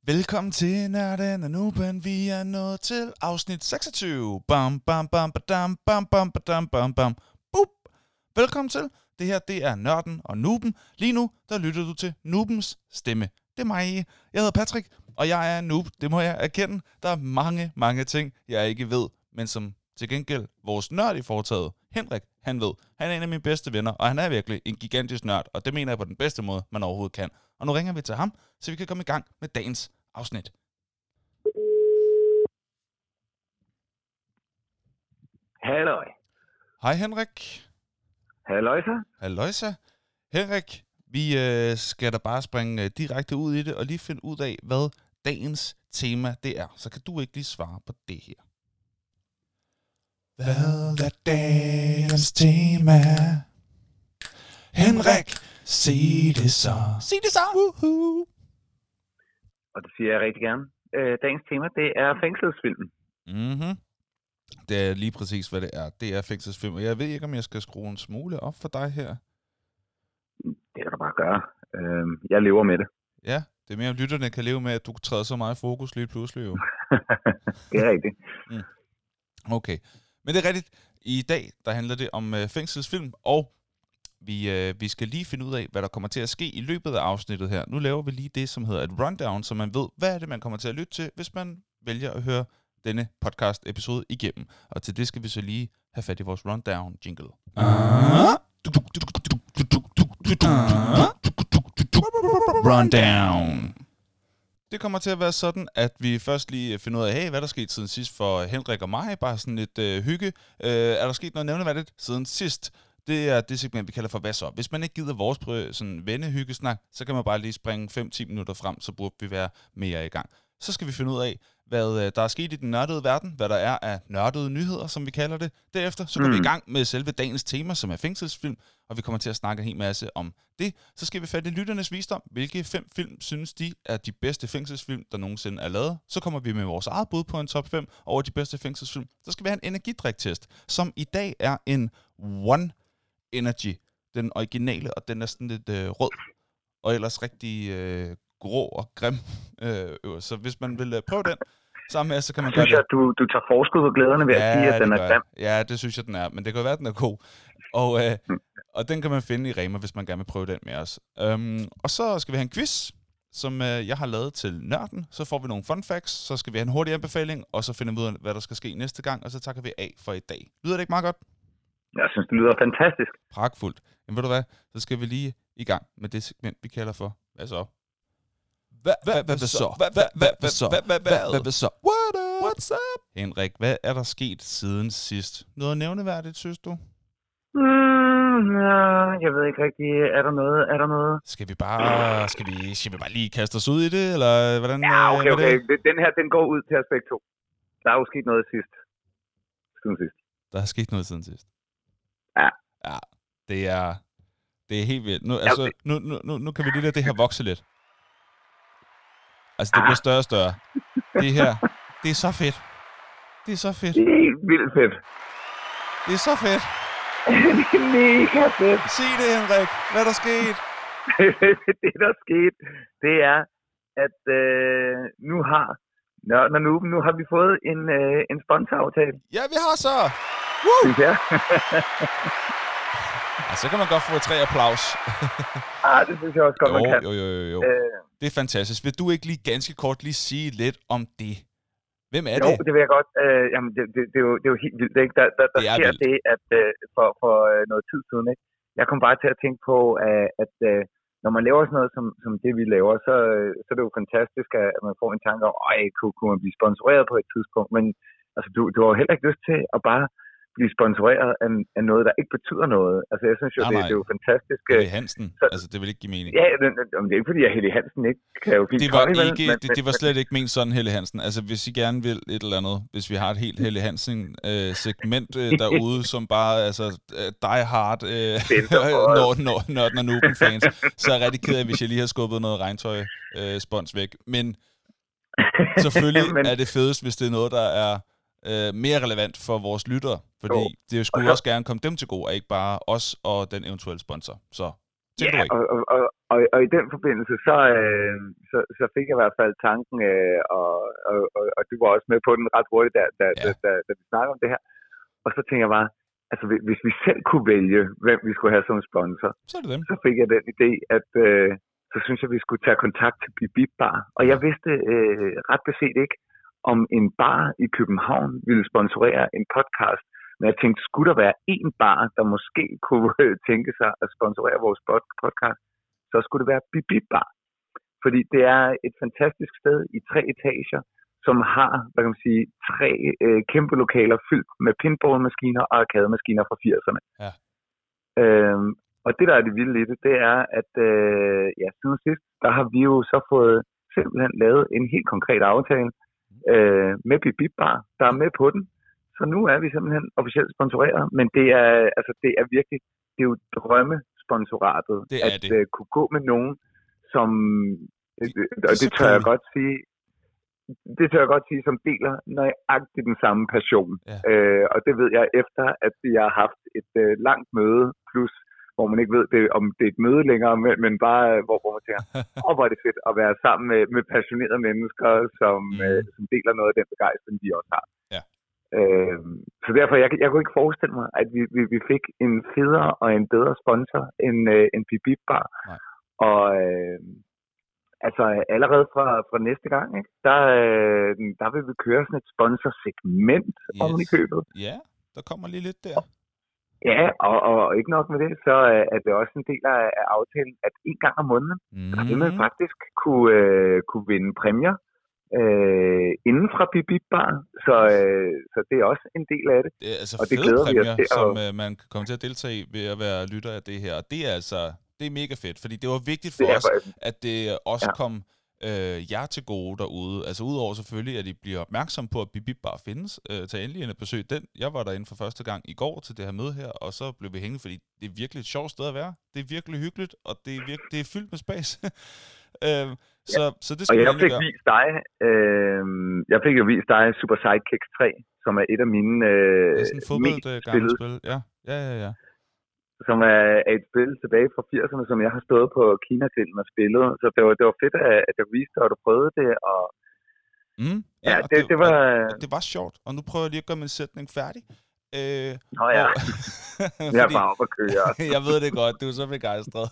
Velkommen til Nørden og Nuben. Vi er nået til afsnit 26. Bam, bam, bam, badam, bam, bam, badam, bam, bam. Boop. Velkommen til. Det her, det er Nørden og Nuben. Lige nu, der lytter du til Nubens stemme. Det er mig. Jeg hedder Patrick, og jeg er en noob. Det må jeg erkende. Der er mange ting, jeg ikke ved, men som til gengæld vores nørd i foretaget, Henrik, han ved. Han er en af mine bedste venner, og han er virkelig en gigantisk nørd, og det mener jeg på den bedste måde, man overhovedet kan. Og nu ringer vi til ham, så vi kan komme i gang med dagens afsnit. Halløj. Hej Henrik. Halløjsa. Halløjsa. Henrik, vi skal da bare springe direkte ud i det, og lige finde ud af, hvad dagens tema det er. Så kan du ikke lige svare på det her. Hvad er dagens tema? Henrik, sig det så. Sig det så. Woohoo. Og det siger jeg rigtig gerne. Dagens tema, det er fængselsfilm. Mhm. Det er lige præcis, hvad det er. Det er fængselsfilm. Og jeg ved ikke, om jeg skal skrue en smule op for dig her. Det kan du bare gøre. Jeg lever med det. Ja, det er mere, om lytterne kan leve med, at du træder så meget fokus lige pludselig jo. Det er rigtigt. Okay. Men det er rigtigt. I dag, der handler det om fængselsfilm, og vi skal lige finde ud af, hvad der kommer til at ske i løbet af afsnittet her. Nu laver vi lige det, som hedder et rundown, så man ved, hvad er det, man kommer til at lytte til, hvis man vælger at høre denne podcast-episode igennem. Og til det skal vi så lige have fat i vores rundown-jingle. Rundown. Det kommer til at være sådan, at vi først lige finder ud af, hey, hvad der skete siden sidst for Henrik og mig. Bare sådan lidt hygge. Er der sket noget nævneværdigt siden sidst? Det er det segment, vi kalder for hvad så. Hvis man ikke gider vores sådan vennehyggesnak, så kan man bare lige springe 5-10 minutter frem, så burde vi være mere i gang. Så skal vi finde ud af, hvad der er sket i den nørdede verden, hvad der er af nørdede nyheder, som vi kalder det. Derefter så går vi i gang med selve dagens tema, som er fængselsfilm, og vi kommer til at snakke en hel masse om det. Så skal vi fatte lytternes visdom, hvilke 5 film synes de er de bedste fængselsfilm, der nogensinde er lavet. Så kommer vi med vores eget bud på en top 5 over de bedste fængselsfilm. Så skal vi have en energidriktest, som i dag er en One Energy, den originale, og den er sådan lidt rød, og ellers rigtig grå og grim. Så hvis man vil prøve den sammen med, så kan man gøre det. Jeg synes, at du tager forskud på glæderne ved at sige, at den er grim. Ja, det synes jeg, den er, men det kan være, at den er god. Og den kan man finde i Rema, hvis man gerne vil prøve den med os. Og så skal vi have en quiz, som jeg har lavet til nørden. Så får vi nogle fun facts, så skal vi have en hurtig anbefaling, og så finder vi ud af, hvad der skal ske næste gang, og så takker vi af for i dag. Lyder det ikke meget godt? Jeg synes, det lyder fantastisk. Pragtfuldt. Men ved du hvad, så skal vi lige i gang med det segment, vi kalder for hvad så? Hvad så? Hvad så? What's up? Henrik, hvad er der sket siden sidst? Noget nævneværdigt, synes du? Jeg ved ikke rigtig. Er der noget? Skal vi bare lige kaste os ud i det, eller hvordan? Ja, okay. Den her, den går ud til aspekt 2. Der er jo sket noget siden sidst. Der er sket noget siden sidst. Ja. Ja, det er helt vildt. Nu kan vi lige lade det her vokse lidt. Altså, det bliver større og større. Det her, det er så fedt. Det er så fedt. Det er helt vildt fedt. Det er så fedt. Det er mega fedt. Sig det, Henrik. Hvad er der sket? Det, der er sket, det er, at nu har Nørden og Nuben, nu har vi fået en sponsoraftale. Ja, vi har så. Woo! Ja. Så kan man godt få 3 applaus. Det synes jeg også godt, man kan. Jo. Det er fantastisk. Vil du ikke lige ganske kort lige sige lidt om det? Hvem er det? Jo, det vil jeg godt. Jamen, det er jo helt vildt, ikke? Der sker vildt. Det, at for noget tid siden, ikke? Jeg kom bare til at tænke på, at når man laver sådan noget som det, vi laver, så er det jo fantastisk, at man får en tanke om, kunne man blive sponsoreret på et tidspunkt, men altså, du har jo heller ikke lyst til at bare blive sponsoreret af noget, der ikke betyder noget. Altså, jeg synes jo, det er jo fantastisk. Helly Hansen, altså, det vil ikke give mening. Ja, det er ikke, fordi jeg Helly Hansen ikke kan jo fint det var slet ikke ment sådan, Helly Hansen. Altså, hvis I gerne vil et eller andet, hvis vi har et helt Helly Hansen-segment derude, som bare, altså, die hard, Nørden og Nuben-fans, så er jeg rigtig ked af, hvis jeg lige har skubbet noget regntøj-spons væk. Men selvfølgelig er det fedest, hvis det er noget, der er mere relevant for vores lyttere, fordi det skulle også gerne komme dem til gode, og ikke bare os og den eventuelle sponsor. Så tænk du ikke. Og i den forbindelse, så fik jeg i hvert fald tanken, og du var også med på den ret hurtigt, da vi snakkede om det her. Og så tænker jeg bare, altså hvis vi selv kunne vælge, hvem vi skulle have som sponsor, så fik jeg den idé, at så synes jeg, vi skulle tage kontakt til Bip Bip Bar. Og jeg vidste ret beset ikke, om en bar i København ville sponsorere en podcast. Men jeg tænkte, skulle der være en bar, der måske kunne tænke sig at sponsorere vores podcast, så skulle det være Bip Bip Bar. Fordi det er et fantastisk sted i 3 etager, som har, hvad kan man sige, 3 kæmpe lokaler fyldt med pinballmaskiner og arkademaskiner fra 80'erne. Ja. Og det, der er det vilde i det, det er, at siden sidst, der har vi jo så fået simpelthen lavet en helt konkret aftale med Bip Bip Bar, der er med på den. Så nu er vi simpelthen officielt sponsoreret, men det er virkelig, det er jo drømmesponsoratet, at kunne gå med nogen, som, og det tør jeg godt sige, som deler nøjagtigt den samme passion. Ja. Og det ved jeg efter, at jeg har haft et langt møde, plus hvor man ikke ved, om det er et møde længere, men bare hvor man tænker, hvor er det fedt at være sammen med passionerede mennesker, som deler noget af den begejstring, de også har. Ja. Så derfor, jeg kunne ikke forestille mig, at vi fik en federe og en bedre sponsor end Bip Bip Bar. Nej. Og altså allerede fra næste gang, ikke? Der vil vi køre sådan et sponsorsegment oven i købet. Ja, der kommer lige lidt der. Ja, og ikke nok med det, så er det også en del af aftalen, at en gang om måneden, der vil man faktisk kunne vinde præmier inden fra Bip Bip Bar, så det er også en del af det. Det er altså og det fede præmier, som man kan komme til at deltage i ved at være lytter af det her. Det er altså, det er mega fedt, fordi det var vigtigt for os, at det også kom jer til gode derude. Altså udover selvfølgelig, at I bliver opmærksom på, at Bip Bip Bar findes. Tag endelig ind og besøg den. Jeg var derinde for første gang i går til det her møde her, og så blev vi hængende, fordi det er virkelig et sjovt sted at være. Det er virkelig hyggeligt, og det er fyldt med spas. Så det skal og jeg fik jo vist dig Super Sidekicks 3, som er et af mine mest spillede spil. Ja. Som er et spil tilbage fra 80'erne, som jeg har stået på Kina-grillen og spillet. Så det var fedt, at jeg viste, at du prøvede det. Og det var sjovt, og nu prøver jeg lige at gøre min sætning færdig. Nå ja, jeg er bare op at køre. Jeg ved det godt, du er så begejstret.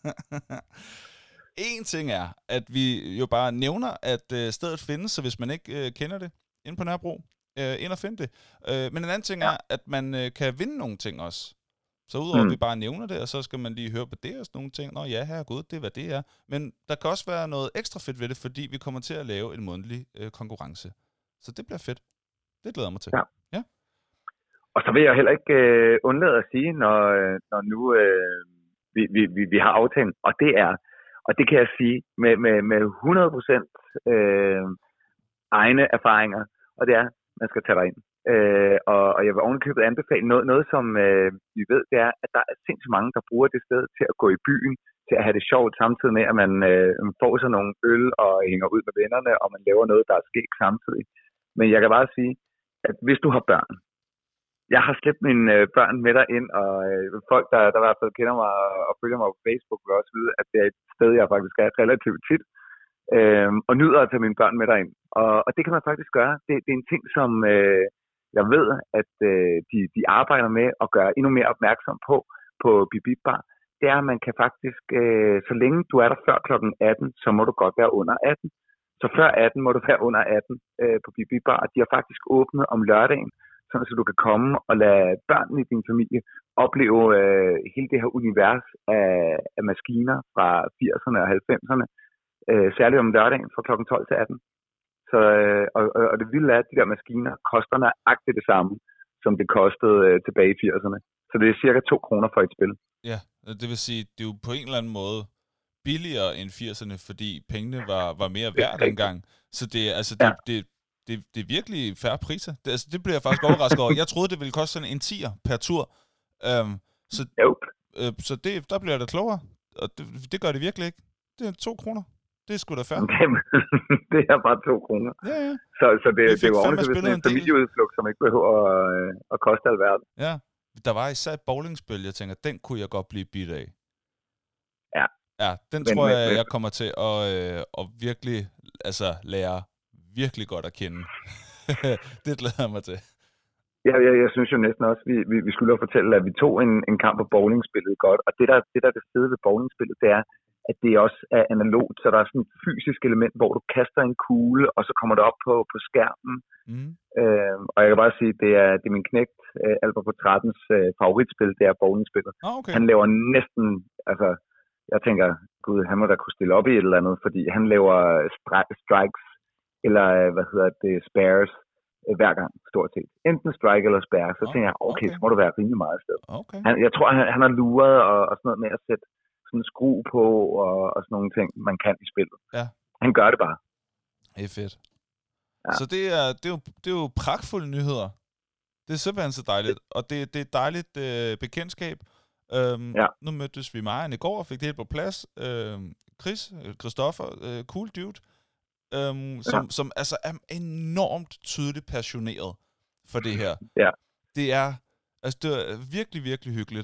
En ting er, at vi jo bare nævner, at stedet findes, så hvis man ikke kender det, inde på Nørrebro, ind og find det. Men en anden ting er, at man kan vinde nogle ting også. Så udover at vi bare nævner det, og så skal man lige høre på det og sådan nogle ting. Nå ja, herregud, det er hvad det er. Men der kan også være noget ekstra fedt ved det, fordi vi kommer til at lave en månedlig konkurrence. Så det bliver fedt. Det glæder jeg mig til. Ja. Og så vil jeg heller ikke undlade at sige, når nu vi har aftalen, og det kan jeg sige med 100% egne erfaringer, og det er, man skal tage dig ind. Og jeg vil ovenikøbet anbefale noget som vi ved, det er, at der er sindssygt mange, der bruger det sted til at gå i byen, til at have det sjovt, samtidig med, at man får sig nogle øl og hænger ud med vennerne, og man laver noget, der er skægt samtidig. Men jeg kan bare sige, at hvis du har børn, jeg har slæbt mine børn med dig ind, og folk, der i hvert fald kender mig og følger mig på Facebook, vil også vide, at det er et sted, jeg faktisk er relativt tit, og nyder at tage mine børn med dig ind. Og det kan man faktisk gøre. Det er en ting, som jeg ved, at de arbejder med at gøre endnu mere opmærksom på Bip Bip Bar. Det er, at man kan faktisk, så længe du er der før kl. 18, så må du godt være under 18. Så før 18 må du være under 18 på Bip Bip Bar. De har faktisk åbnet om lørdagen, så du kan komme og lade børnene i din familie opleve hele det her univers af maskiner fra 80'erne og 90'erne, særligt om lørdagen fra kl. 12 til 18. Så, og det vilde er, at de der maskiner koster nøjagtigt det samme, som det kostede tilbage i 80'erne. Så det er cirka 2 kroner for et spil. Ja, det vil sige, det er jo på en eller anden måde billigere end 80'erne, fordi pengene var mere værd dengang. Så det er virkelig færre priser. Det bliver jeg faktisk overrasket over. Jeg troede, det ville koste sådan en 10'er per tur. Så der bliver jeg da klogere. Og det gør det virkelig ikke. Det er 2 kroner. Det er sgu da fair. Det er bare 2 kroner. Ja. Så det er jo ordentligt en familieudflugt, som ikke behøver at koste alverden. Ja, der var især et bowlingspil, jeg tænker, den kunne jeg godt blive bidt af. Ja, Ja, den tror jeg kommer til at virkelig lære virkelig godt at kende. Det glæder jeg mig til. Ja, jeg synes jo næsten også, vi skulle jo fortælle, at vi tog en kamp på bowlingspillet godt. Og det der er det fede ved bowlingspillet, det er, at det også er analogt. Så der er sådan et fysisk element, hvor du kaster en kugle, og så kommer det op på skærmen. Mm. Og jeg kan bare sige, det er min knægt, Albert på 13's favoritspil, det er bowlingspillet. Okay. Han laver næsten, altså, jeg tænker, gud, han må da kunne stille op i et eller andet, fordi han laver strikes, eller spares, hver gang, stort set. Enten strike eller spare, så tænker jeg, okay, så må du være rimelig meget afsted. Okay. Jeg tror, han har luret og sådan noget med at sætte sådan en skru på og sådan nogle ting, man kan i spillet. Ja. Han gør det bare. Det er fedt. Ja. Så det er jo pragtfulde nyheder. Det er simpelthen så dejligt, og det er et dejligt bekendtskab. Nu mødtes vi mig i går og fik det helt på plads. Christoffer, cool dude. Som altså er enormt tydeligt passioneret for det her. Ja. Det er virkelig, virkelig hyggeligt.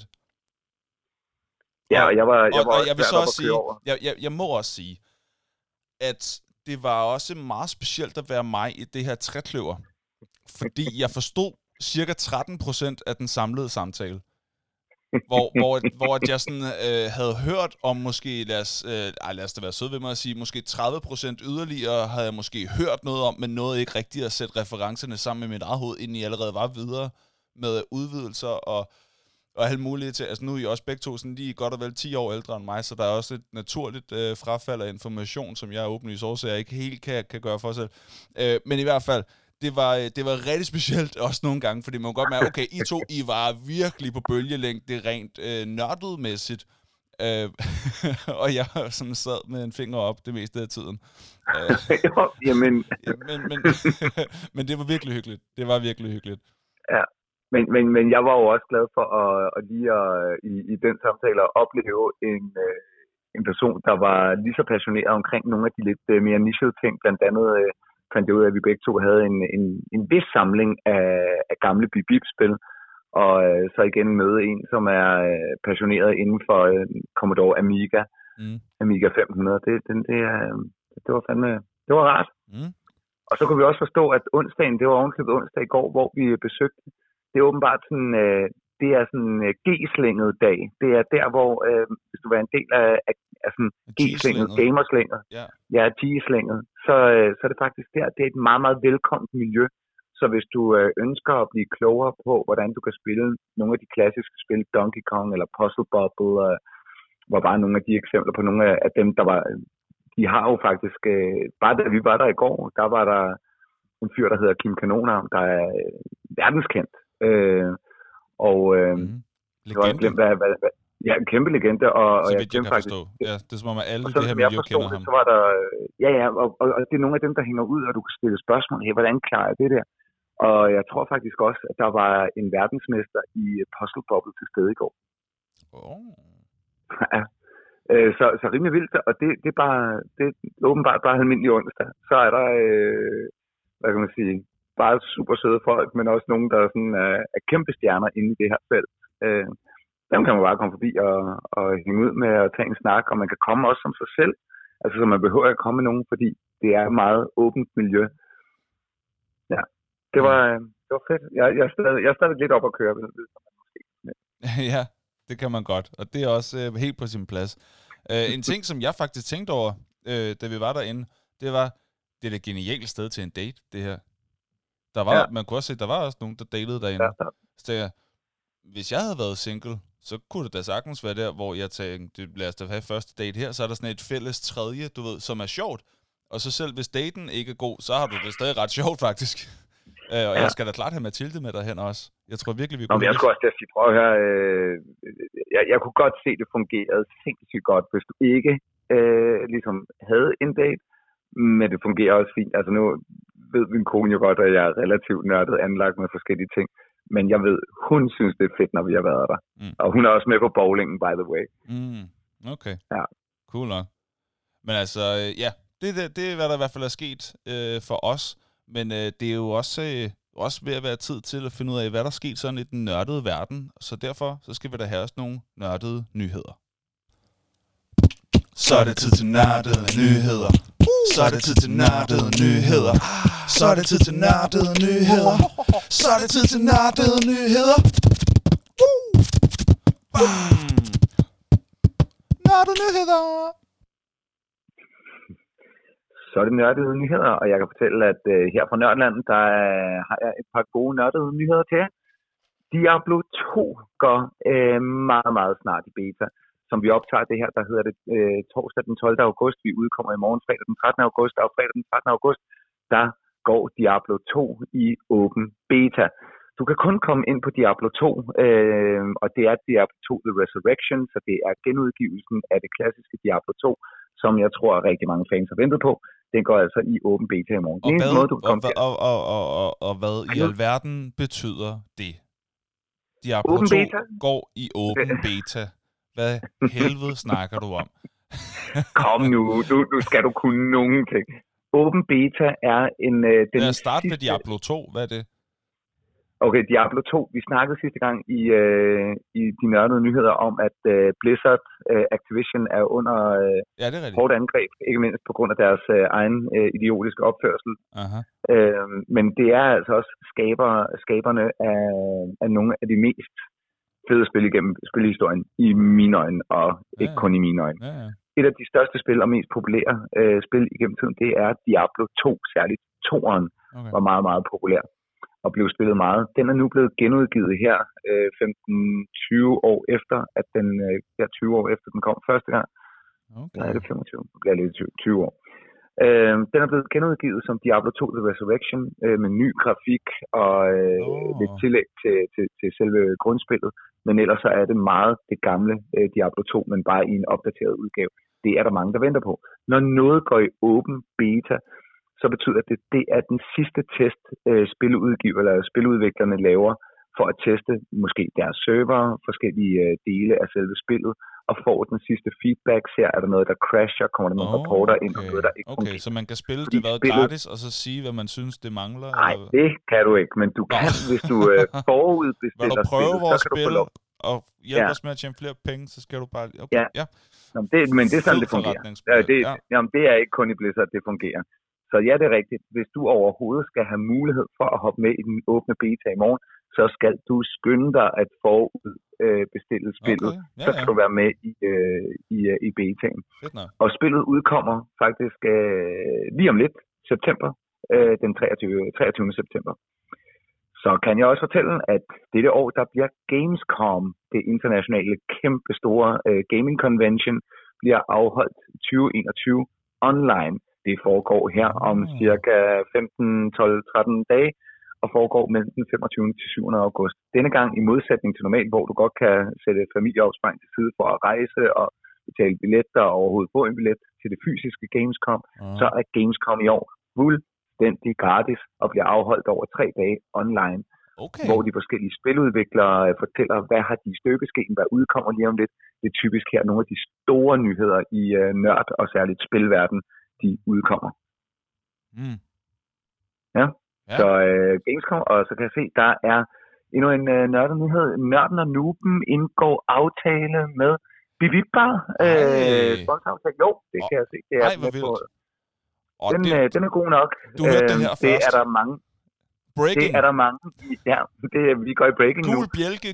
Ja, og jeg vil så også sige, jeg må også sige, at det var også meget specielt at være mig i det her trækløver, fordi jeg forstod cirka 13% af den samlede samtale. Hvor jeg sådan havde hørt om måske, lad os da være sød ved mig at sige, måske 30% yderligere havde jeg måske hørt noget om, men nåede ikke rigtigt at sætte referencerne sammen med mit eget hoved, inden I allerede var videre med udvidelser og alt muligt til. Altså nu er I også begge to sådan lige godt og vel 10 år ældre end mig, så der er også et naturligt frafald af information, som jeg er åbenlyst årsager ikke helt kan gøre for selv. Men i hvert fald, det var rigtig specielt også nogle gange, fordi man kunne godt mærke, okay, I var virkelig på bølgelængde rent nørdudmæssigt, og jeg sådan sad med en finger op det meste af tiden. Men det var virkelig hyggeligt. Det var virkelig hyggeligt. Ja, men jeg var jo også glad for at lige i den samtale at opleve en person, der var lige så passioneret omkring nogle af de lidt mere nichede ting, blandt andet fandt jeg ud af, at vi begge to havde en vis samling af gamle bip-bip-spil, og så igen møde en, som er passioneret inden for Commodore Amiga, Amiga 500. Det var fandme, det var rart. Og så kunne vi også forstå, at onsdagen, det var ovenkøbet onsdag i går, hvor vi besøgte, det er åbenbart sådan, det er sådan G-slænget dag. Det er der, hvor hvis du var en del af sådan G-slænget, gamerslænget, ja, G-slænget, så er det faktisk der, det er et meget, meget velkomment miljø. Så hvis du ønsker at blive klogere på, hvordan du kan spille nogle af de klassiske spil, Donkey Kong eller Puzzle Bobble, var bare nogle af de eksempler på nogle af dem, der var, de har jo faktisk, bare da vi var der i går, der var der en fyr, der hedder Kim Kanonarm, der er verdenskendt. Legende. Jeg glemt, ja, en kæmpe legende. Og jeg glemte faktisk... Ja, det er som om, at alle det her miljø kender ham. Så var der, og det er nogle af dem, der hænger ud, og du kan stille spørgsmål her, hvordan klarer jeg det der? Og jeg tror faktisk også, at der var en verdensmester i Puzzle Bobble til stede i går. Ja. Så rimelig vildt, og det er bare, det er åbenbart bare almindelig onsdag. Så er der, hvad kan man sige, bare super søde folk, men også nogen, der sådan er kæmpe stjerner inde i det her felt. Dem kan man bare komme forbi og hænge ud med og tage en snak, og man kan komme også som sig selv. Altså, så man behøver ikke komme med nogen, fordi det er et meget åbent miljø. Ja, det var fedt. Jeg er stadig lidt op at køre. Ja, det kan man godt, og det er også helt på sin plads. En ting, som jeg faktisk tænkte over, da vi var derinde, det var, det er et genialt sted til en date, det her. Man kunne også se, der var også nogen, der datede derinde. Ja. Så hvis jeg havde været single, så kunne det da sagtens være der, hvor jeg tænkte, lad os da have første date her, så er der sådan et fælles tredje, du ved, som er sjovt. Og så selv hvis daten ikke er god, så har du det stadig ret sjovt, faktisk. Og jeg skal da klart have Mathilde med derhen også. Jeg tror virkelig, vi kunne... Jeg skulle også til at sige, prøv at høre, jeg kunne godt se, det fungerede sindssygt godt, hvis du ikke ligesom havde en date, men det fungerer også fint. Altså nu ved min kone jo godt, at jeg er relativt nørdet anlagt med forskellige ting. Men jeg ved, hun synes, det er fedt, når vi har været der. Og hun er også med på bowlingen, by the way. Okay. Ja. Cool nok. Men altså, ja, det er, hvad der i hvert fald er sket for os. Men det er jo også ved at være tid til at finde ud af, hvad der er sket sådan i den nørdede verden. Så derfor så skal vi da have også nogle nørdede nyheder. Så er det tid til nørdede nyheder. Så er det tid til nørdede nyheder. Så er det tid til nørdede nyheder. Så er det tid til nørdede nyheder. Nørdede nyheder. Så er det nørdede nyheder, og jeg kan fortælle, at her fra Nørdeland, der har jeg et par gode nørdede nyheder til jer. Diablo 2 går meget, meget snart i beta. Som vi optager det her, der hedder det torsdag den 12. august. Vi udkommer i morgen fredag den 13. august, og fredag den 13. august, der går Diablo 2 i åben beta. Du kan kun komme ind på Diablo 2, og det er Diablo 2 The Resurrection, så det er genudgivelsen af det klassiske Diablo 2, som jeg tror, at rigtig mange fans har ventet på. Den går altså i åben beta i morgen. Og hvad i alverden betyder det? Diablo open 2 beta? Går i åben beta. Hvad helvede snakker du om? Kom nu skal du kunne nogen ting. Open beta er en... Lad os starte med Diablo 2. Hvad er det? Okay, Diablo 2. Vi snakkede sidste gang i de nørdede nyheder om, at Blizzard Activision er under hårdt angreb, ikke mindst på grund af deres egen idiotiske opførsel. Men det er altså også skaberne af nogle af de mest fede spil igennem spilhistorien i mine øjne, og ikke kun i mine øjne. Et af de største spil og mest populære spil igennem tiden, det er Diablo 2, særligt 2'eren, var meget, meget populær og blev spillet meget. Den er nu blevet genudgivet her 15-20 år efter, at den 20 år efter den kom første gang. Okay. Nej, det er 25. Det bliver lidt 20 år. Den er blevet genudgivet som Diablo 2 The Resurrection med ny grafik og lidt tillæg til selve grundspillet. Men ellers så er det meget det gamle Diablo 2, men bare i en opdateret udgave. Det er der mange, der venter på. Når noget går i åben beta, så betyder det, at det er den sidste test, spiludviklerne laver for at teste måske deres server, forskellige dele af selve spillet, og får den sidste feedback, ser er der noget, der crasher, kommer der nogle rapporter ind, og noget, der ikke fungerer. Okay, så man kan spille det gratis, og så sige, hvad man synes, det mangler? Nej, det kan du ikke, men du kan, hvis du forudbestiller spillet, så kan du få lov. Og hjælper os med at tjene flere penge, så skal du bare... Okay, ja. Men det er sådan, det fungerer. Jamen, det er ikke kun i Blizzard, det fungerer. Så ja, det er rigtigt. Hvis du overhovedet skal have mulighed for at hoppe med i den åbne beta i morgen, så skal du skynde dig at forudbestille spillet. Okay. Så kan du være med i betaen. Og spillet udkommer faktisk lige om lidt, september, den 23. september. Så kan jeg også fortælle, at dette år, der bliver Gamescom, det internationale kæmpe store gaming convention, bliver afholdt 2021 online. Det foregår her om cirka 15, 12, 13 dage, og foregår mellem den 25. til 7. august. Denne gang i modsætning til normalt, hvor du godt kan sætte familieopsparing til side for at rejse og betale billetter og overhovedet få en billet til det fysiske Gamescom, så er Gamescom i år fuldstændig gratis og bliver afholdt over 3 dage online. Okay. Hvor de forskellige spiludviklere fortæller, hvad har de i støbeskeen, hvad udkommer lige om lidt. Det er typisk her nogle af de store nyheder i nørd og særligt spilverden, de udkommer. Ja. Så Gamescom, og så kan jeg se, der er endnu en nørdet nyhed. Nørden og Nuben indgår aftale med Bibibbar. Sponsoraftale. Jo, det kan jeg se. Det er med på. Den er god nok. Du hørte det her først. Det er der mange. Breaking. Det er der mange. Ja, vi går i breaking nu. Gul bjælke.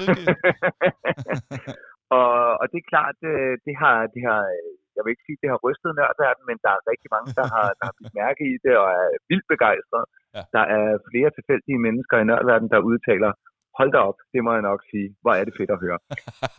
Og det er klart, det har jeg vil ikke sige, det har rystet nørderverden, men der er rigtig mange, der har blivet mærke i det og er vildt begejstrede. Ja. Der er flere tilfældige mennesker i nørderverden, der udtaler, hold da op, det må jeg nok sige, hvor er det fedt at høre.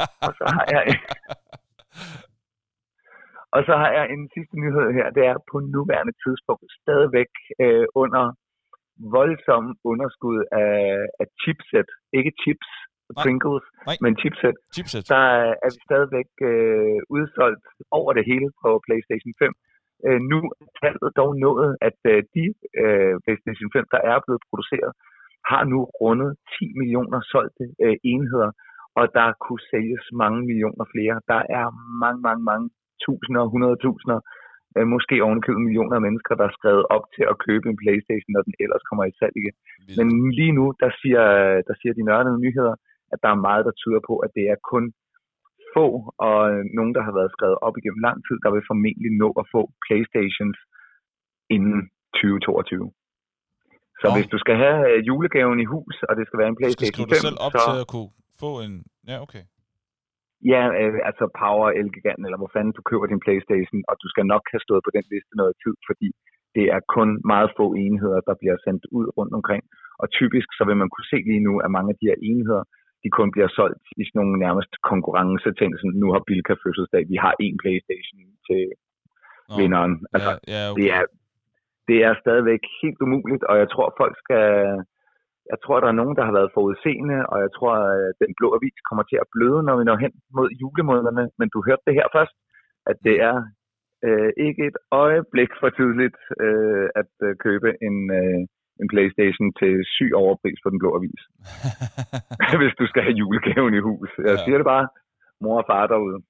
Og så har jeg en sidste nyhed her, det er på nuværende tidspunkt stadigvæk under voldsom underskud af chipset, ikke chips, Pringles, men chipset. Der er vi stadigvæk udsolgt over det hele på PlayStation 5. Nu er tallet dog nået, at de PlayStation 5, der er blevet produceret, har nu rundet 10 millioner solgte enheder, og der kunne sælges mange millioner flere. Der er mange tusinder, 100.000, måske ovenikøbet millioner af mennesker, der er skrevet op til at købe en PlayStation, når den ellers kommer i salg igen. Men lige nu, der siger de nørdede nyheder, at der er meget, der tyder på, at det er kun få, og nogen, der har været skrevet op igennem lang tid, der vil formentlig nå at få PlayStations inden 2022. Så hvis du skal have julegaven i hus, og det skal være en PlayStation 5, så... Du skal skrive dig selv op til at kunne få en... Ja, okay. Ja, altså Power, Elgiganten, eller hvor fanden du køber din PlayStation, og du skal nok have stået på den liste noget tid, fordi det er kun meget få enheder, der bliver sendt ud rundt omkring. Og typisk så vil man kunne se lige nu, at mange af de her enheder, de kun bliver solgt i sådan nogle nærmest konkurrenceting, som nu har Bilka fødselsdag, vi har en PlayStation til vinderen. Altså, okay. Det er stadigvæk helt umuligt, og jeg tror, folk skal... Jeg tror, der er nogen, der har været forudseende, og jeg tror, at den blå avis kommer til at bløde, når vi når hen mod julemånederne. Men du hørte det her først, at det er ikke et øjeblik for tidligt at købe en PlayStation til syg overpris på den blå avis. Hvis du skal have julegaven i hus. Jeg siger det bare, mor og far derude.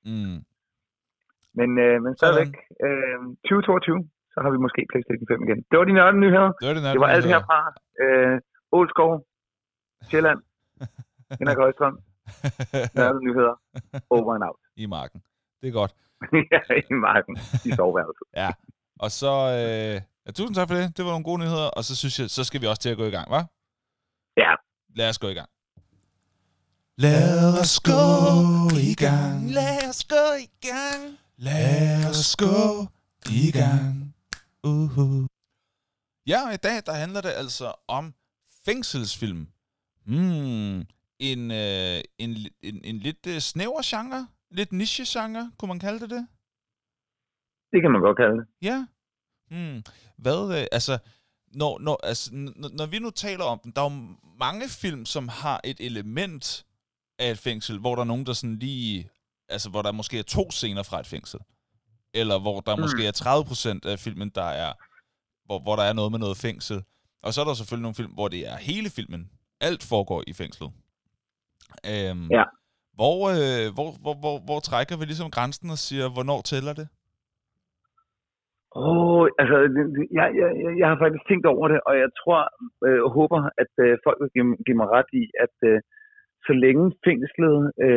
Men stadigvæk, 2022, så har vi måske PlayStation 5 igen. Det var de nørdede nyheder. Det var alt herfra. Ålskov, Sjælland, Henrik Højstrøm, nørdede nyheder, over and out. I marken. Det er godt. Ja, i marken. I soveværelset. Ja, og så... tusind tak for det. Det var nogle gode nyheder, og så synes jeg, så skal vi også til at gå i gang, hva'? Ja. Lad os gå i gang. Lad os gå i gang. Lad os gå i gang. Lad os gå i gang. Ja, og i dag, der handler det altså om fængselsfilm. En lidt snæver genre, lidt niche-genre, kunne man kalde det? Det kan man godt kalde det. Ja. Når vi nu taler om den, der er jo mange film, som har et element af et fængsel, hvor der er nogen, der sådan lige... Altså, hvor der måske er 2 scener fra et fængsel. Eller hvor der måske er 30% af filmen, der er... Hvor der er noget med noget fængsel. Og så er der selvfølgelig nogle film, hvor det er hele filmen. Alt foregår i fængslet. Ja. Hvor trækker vi ligesom grænsen og siger, hvornår tæller det? Altså, jeg har faktisk tænkt over det, og jeg tror og håber, at folk vil give mig ret i, at så længe fængslet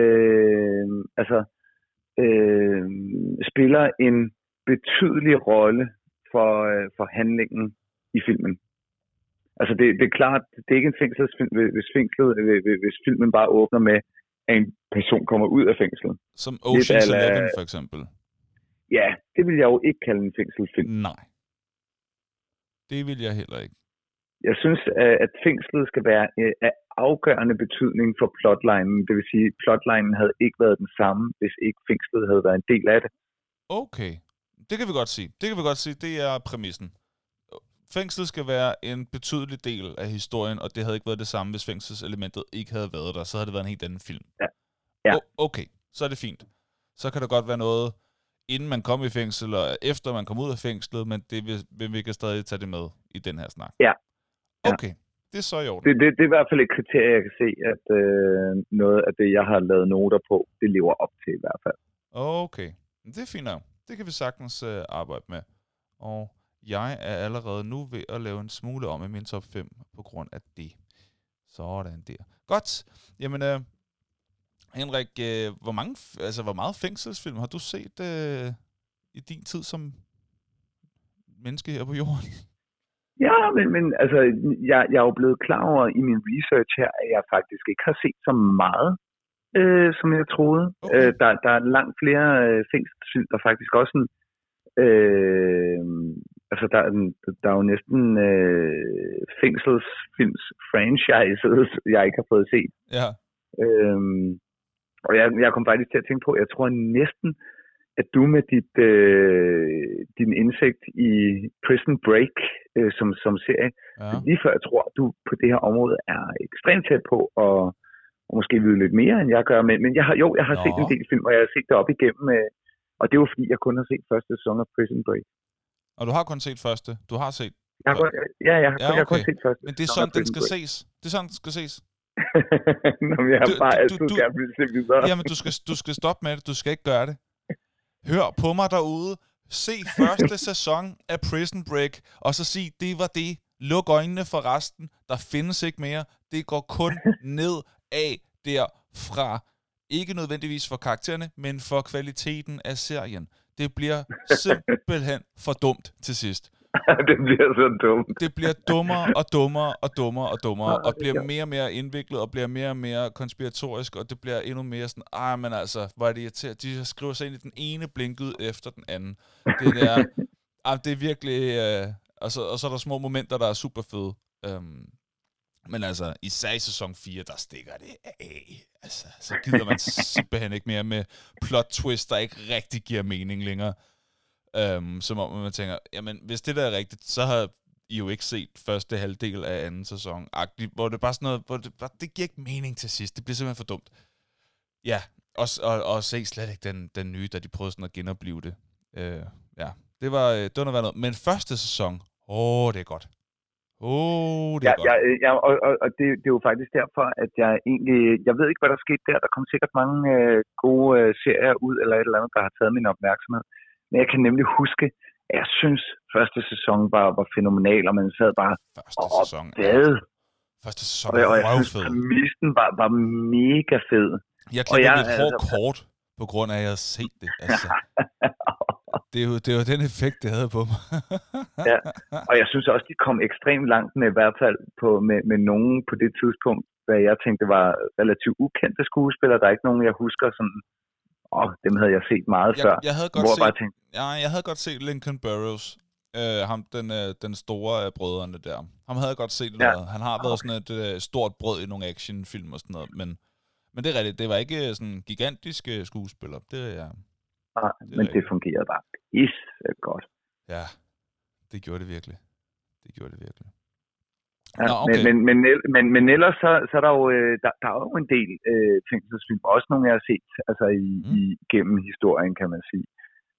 spiller en betydelig rolle for handlingen i filmen. Altså det er klart, det er ikke en fængselsfilm, hvis filmen bare åbner med, at en person kommer ud af fængslet. Som Ocean's 11 for eksempel. Ja, det vil jeg jo ikke kalde en fængselsfilm. Nej. Det vil jeg heller ikke. Jeg synes, at fængslet skal være af afgørende betydning for plotlinen. Det vil sige, at plotlinen havde ikke været den samme, hvis ikke fængslet havde været en del af det. Okay. Det kan vi godt sige. Det er præmissen. Fængslet skal være en betydelig del af historien, og det havde ikke været det samme, hvis fængselselementet ikke havde været der. Så havde det været en helt anden film. Ja. Okay, så er det fint. Så kan der godt være noget, inden man kom i fængsel, og efter man kom ud af fængslet, men vi kan stadig tage det med i den her snak. Ja. Okay, det er så i orden. Det er i hvert fald et kriterie, jeg kan se, at noget af det, jeg har lavet noter på, det lever op til i hvert fald. Okay, det er fint nok. Det kan vi sagtens arbejde med. Og jeg er allerede nu ved at lave en smule om i min top 5 på grund af det. Sådan der. Godt. Jamen, Henrik, hvor meget fængselsfilm har du set i din tid som menneske her på jorden? Ja, men altså, jeg er jo blevet klar over i min research her, at jeg faktisk ikke har set så meget, som jeg troede. Okay. Der er langt flere fængselsfilm, der faktisk også sådan, altså der er jo næsten fængselsfilms franchises, jeg ikke har fået set. Ja. Og jeg kom faktisk til at tænke på, jeg tror næsten, at du med din indsigt i Prison Break som serie, lige før jeg tror, at du på det her område er ekstremt tæt på og måske vide lidt mere, end jeg gør. Men jeg har set en del film, og jeg har set det op igennem, og det er jo fordi, jeg kun har set første sæson af Prison Break. Og du har kun set første? Du har set? Jeg har kun set første. Men det er sådan, den skal ses. Det er sådan, den skal ses. Nå, men jeg har bare altid gerne vil se det så. Jamen, du skal stoppe med det. Du skal ikke gøre det. Hør på mig derude. Se første sæson af Prison Break, og så sig, det var det. Luk øjnene for resten. Der findes ikke mere. Det går kun ned af derfra. Ikke nødvendigvis for karaktererne, men for kvaliteten af serien. Det bliver simpelthen for dumt til sidst. Det bliver så dumt. Det bliver dummere og dummere og dummere og dummere, og bliver mere og mere indviklet, og bliver mere og mere konspiratorisk, og det bliver endnu mere sådan, men altså, hvor er det irriterende. De skriver sig ind i den ene blinkud efter den anden. Det er virkelig... og så er der små momenter, der er super fede. Men altså, især i sæson 4, der stikker det af. Altså, så gider man simpelthen ikke mere med plot twist, der ikke rigtig giver mening længere. Som om man tænker, jamen, hvis det der er rigtigt, så har I jo ikke set første halvdel af anden sæson. Hvor det bare sådan noget, det giver ikke mening til sidst. Det bliver simpelthen for dumt. Ja, og se slet ikke den nye, da de prøvede sådan at genopleve det. Ja, det var noget. Men første sæson, det er godt. Det er godt. Og det er jo faktisk derfor, at jeg ved ikke, hvad der skete der. Der kom sikkert mange gode serier ud, eller et eller andet, der har taget min opmærksomhed. Men jeg kan nemlig huske, at jeg synes, første sæson var fænomenal, og man sad bare og opdagede. Første sæson var røvfed. Og jeg synes, præmissen var mega fed. Jeg klippede lidt hårdt kort, på grund af, at jeg havde set det. Altså. Det var den effekt, det havde på mig. Ja, og jeg synes også, de kom ekstremt langt med, i hvert fald med nogen på det tidspunkt, hvad jeg tænkte var relativt ukendte skuespillere. Der er ikke nogen, jeg husker sådan, dem havde jeg set meget før. Jeg havde godt set Lincoln Burrows, ham den store af brødrene der. Ham havde jeg godt set. Ja. Han har været sådan et stort brød i nogle actionfilm og sådan noget, men det er rigtigt, det var ikke sådan gigantiske skuespillere. Nej, men det fungerede bare godt. Ja, det gjorde det virkelig. Ja, nå, okay. Men ellers så er der jo, der er jo en del fængselsfilm, også nogle jeg har set altså gennem historien, kan man sige.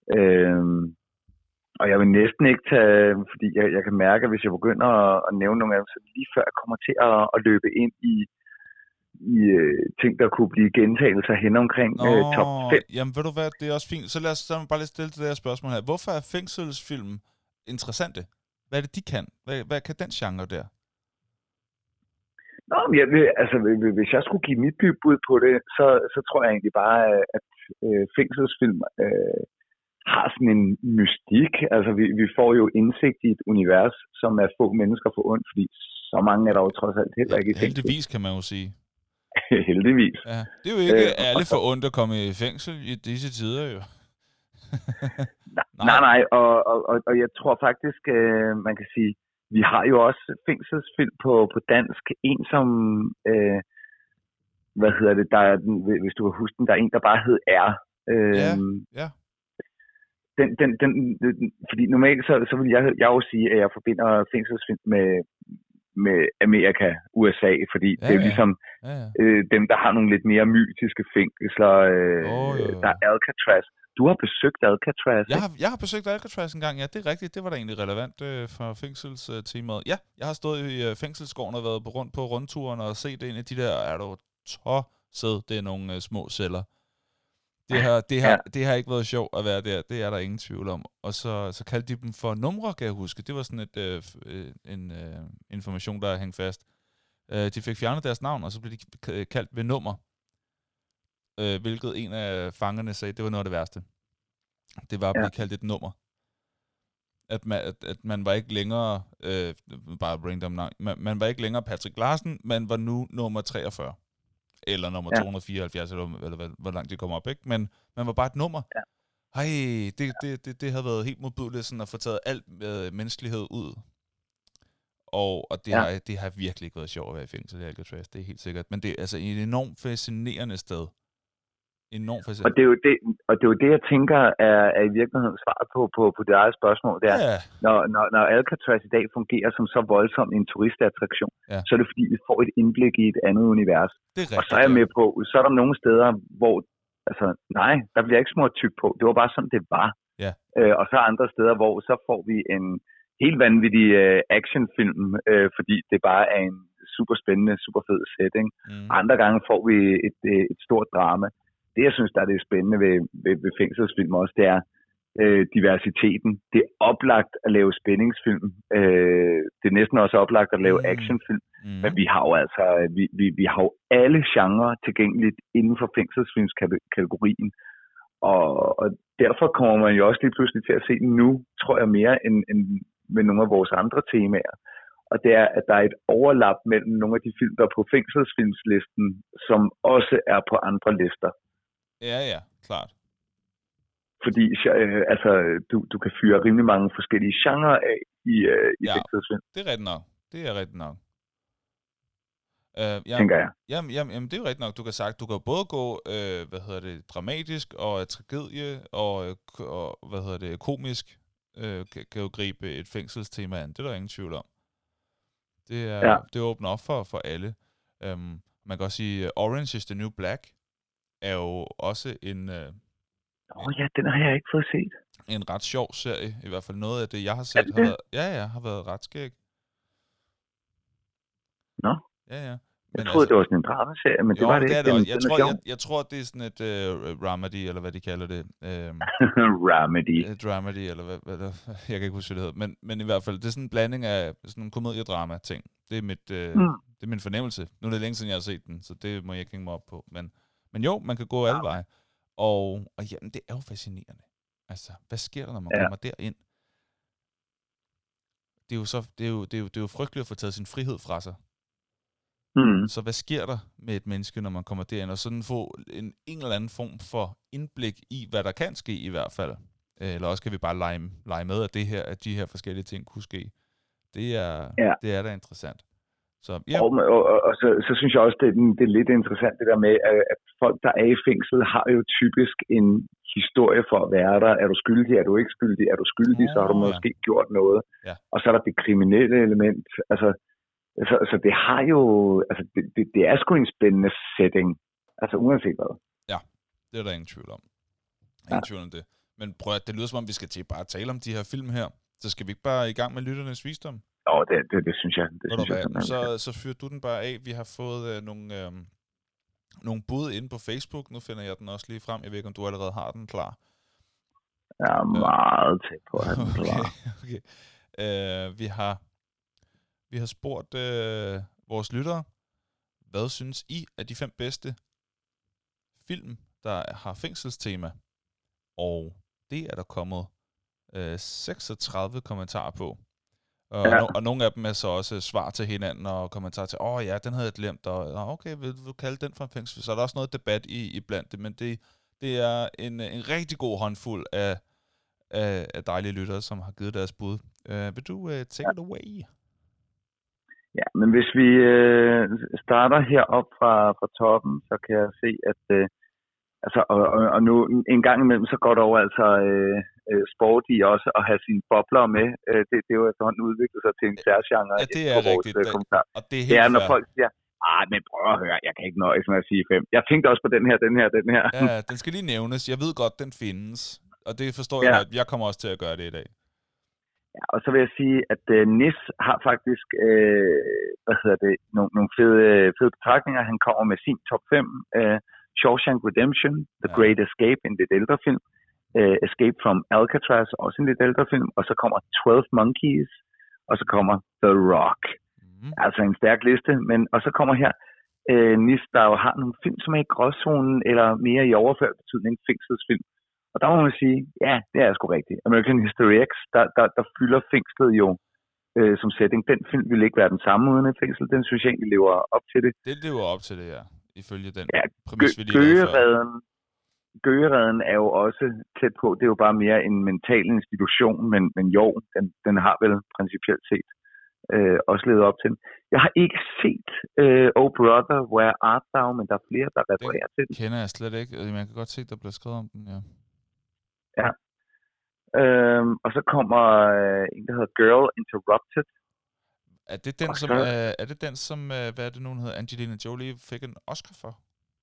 Og jeg vil næsten ikke tage, fordi jeg kan mærke, at hvis jeg begynder at nævne nogle af dem, så lige før jeg kommer til at løbe ind i ting, der kunne blive gentagelser hen omkring top 5. Jamen ved du hvad, det er også fint. Så lad os bare lige stille det her spørgsmål her. Hvorfor er fængselsfilm interessante? Hvad er det, de kan? Hvad kan den genre der? Nå, hvis jeg skulle give mit bud på det, så tror jeg egentlig bare, at fængselsfilm har sådan en mystik. Altså, vi får jo indsigt i et univers, som er få mennesker forundt, fordi så mange er der jo trods alt heller ikke i fængsel. Heldigvis, kan man jo sige. Heldigvis. Ja, det er jo ikke alle forundt at komme i fængsel i disse tider, jo. Nej, og jeg tror faktisk, man kan sige, vi har jo også fængselsfilm på dansk. En som, der er den, hvis du kan huske den, der er en, der bare hed R. Ja. Den, fordi normalt så vil jeg jo sige, at jeg forbinder fængselsfilm med Amerika, USA, fordi det er jo ligesom dem, der har nogle lidt mere mytiske fængsler. Der er Alcatraz. Du har besøgt Alcatraz, Jeg har besøgt Alcatraz en gang, ja, det er rigtigt. Det var da egentlig relevant for fængselstemaet. Ja, jeg har stået i fængselsgården og været rundt på rundturen og set en af de der, det er nogle små celler. Det har ikke været sjovt at være der, det er der ingen tvivl om. Og så kaldte de dem for numre, kan jeg huske. Det var sådan en information, der hængte fast. De fik fjernet deres navn, og så blev de kaldt ved nummer. Hvilket en af fangerne sagde, det var noget af det værste. Det var at blive kaldt et nummer. At man var ikke længere, bare random navn, man var ikke længere Patrick Larsen, man var nu nummer 43. Eller nummer 274, eller hvor langt det kommer op, ikke? Men man var bare et nummer. Ja. Det havde været helt modbydeligt sådan at få taget alt menneskelighed ud. Og det har virkelig ikke været sjovt at være i fængsel i Alcatraz, det er helt sikkert. Men det er altså et enormt fascinerende sted. Og det er jo det, jeg tænker er i virkeligheden svaret på det eget spørgsmål. Det er, når Alcatraz i dag fungerer som så voldsom en turistattraktion, så er det fordi, vi får et indblik i et andet univers. Og så er jeg med på, så er der nogle steder, hvor, altså nej, der bliver ikke smurt tyk på. Det var bare sådan, det var. Ja. Og så andre steder, hvor så får vi en helt vanvittig actionfilm, fordi det bare er en super spændende, super fed setting. Andre gange får vi et stort drama. Det, jeg synes, der er det spændende ved fængselsfilm også, det er, diversiteten. Det er oplagt at lave spændingsfilm. Det er næsten også oplagt at lave actionfilm. Men vi har jo altså vi har jo alle genrer tilgængeligt inden for fængselsfilmskategorien. Og derfor kommer man jo også lige pludselig til at se nu, tror jeg, mere end med nogle af vores andre temaer. Og det er, at der er et overlap mellem nogle af de film, der er på fængselsfilmslisten, som også er på andre lister. Ja, klart. Fordi du kan fyre rimelig mange forskellige genrer af i fængselsfilm. Det er rigtigt nok. Tænker jeg. Jamen, det er jo rigtigt nok. Du kan både gå, dramatisk og tragedie og komisk, kan jo gribe et fængselstema an. Det er der ingen tvivl om. Det åbner op for alle. Man kan også sige, Orange is the New Black er jo også en... den har jeg ikke fået set. En ret sjov serie. I hvert fald noget af det, jeg har set, har været ret skæg. Nå. Ja. Jeg troede, det var sådan en dramaserie, men det var det ikke. Det også. Jeg tror, det er sådan et dramedy, eller hvad de kalder det. Dramedy, eller hvad jeg kan ikke huske, hvad det hedder. Men i hvert fald, det er sådan en blanding af sådan en komediedrama-ting. Det er min fornemmelse. Nu er det længe siden, jeg har set den, så det må jeg ikke hænge mig op på. Men jo, man kan gå alle veje. Og jamen, det er jo fascinerende. Altså, hvad sker der, når man kommer derind? Det er jo frygteligt at få taget sin frihed fra sig. Så hvad sker der med et menneske, når man kommer derind, og sådan få en eller anden form for indblik i, hvad der kan ske i hvert fald. Eller også kan vi bare lege med, at de her forskellige ting kunne ske. Det er da interessant. Så, ja. Og så synes jeg også, det er lidt interessant det der med, at folk, der er i fængsel, har jo typisk en historie for at være der. Er du skyldig? Er du ikke skyldig? Er du skyldig, så har du måske gjort noget. Ja. Og så er der det kriminelle element. Så det har jo... Altså, det er sgu en spændende setting. Altså, uanset hvad. Ja, det er der ingen tvivl om. Ingen tvivl om det. Men prøv at det lyder som om, vi skal til bare tale om de her film her. Så skal vi ikke bare i gang med lytternes visdom? Jo, det synes jeg. Så fyrer du den bare af. Vi har fået nogle bud inde på Facebook. Nu finder jeg den også lige frem. Jeg ved ikke, om du allerede har den klar. Jeg er meget tæt på at have den klar. Okay. Vi har spurgt vores lyttere, hvad synes I er de 5 bedste film, der har fængselstema? Og det er der kommet 36 kommentarer på. Og nogle af dem er så også svar til hinanden og kommentarer til, den havde jeg glemt, og okay, vil du kalde den for en fængsel? Så er der også noget debat i blandt det, men det er en rigtig god håndfuld af dejlige lyttere, som har givet deres bud. Vil du take it away? Ja, men hvis vi starter herop fra toppen, så kan jeg se, at og nu en gang imellem, så går det over sport i også at have sine bobler med. Det er jo efterhånden udviklet sig til en særgenre. Ja, det er rigtigt. Og det er helt det er, når folk siger, men prøv at høre, jeg kan ikke nøjes med at sige 5. Jeg tænkte også på den her. Ja, den skal lige nævnes. Jeg ved godt, den findes. Og det forstår jeg godt. Jeg kommer også til at gøre det i dag. Ja, og så vil jeg sige, at Nis har faktisk nogle fede betragtninger. Han kommer med sin top 5. Shawshank Redemption, The Great Escape, en lidt ældre film. Escape from Alcatraz, også en lidt ældre film. Og så kommer 12 Monkeys, og så kommer The Rock. Altså en stærk liste. Og så kommer her Nis, der jo har nogle film, som er i gråzonen, eller mere i overført betydning fængselsfilm. Og der må man sige, ja, det er sgu rigtigt. American History X, der fylder fængslet jo som setting. Den film ville ikke være den samme uden et fængsel. Den synes jeg egentlig lever op til det. Det lever op til det, ja. Ifølge den præmis, vi lige Gøgereden er jo også tæt på. Det er jo bare mere en mental institution, men jo, den har vel principielt set også levet op til den. Jeg har ikke set Oh Brother, Where Art Thou, men der er flere, der refererer til den. Kender jeg slet ikke. Man kan godt se, der bliver skrevet om den, ja. Ja. Og så kommer en, der hedder Girl Interrupted. Er det den, som hvad er det nu, hedder? Angelina Jolie fik en Oscar for?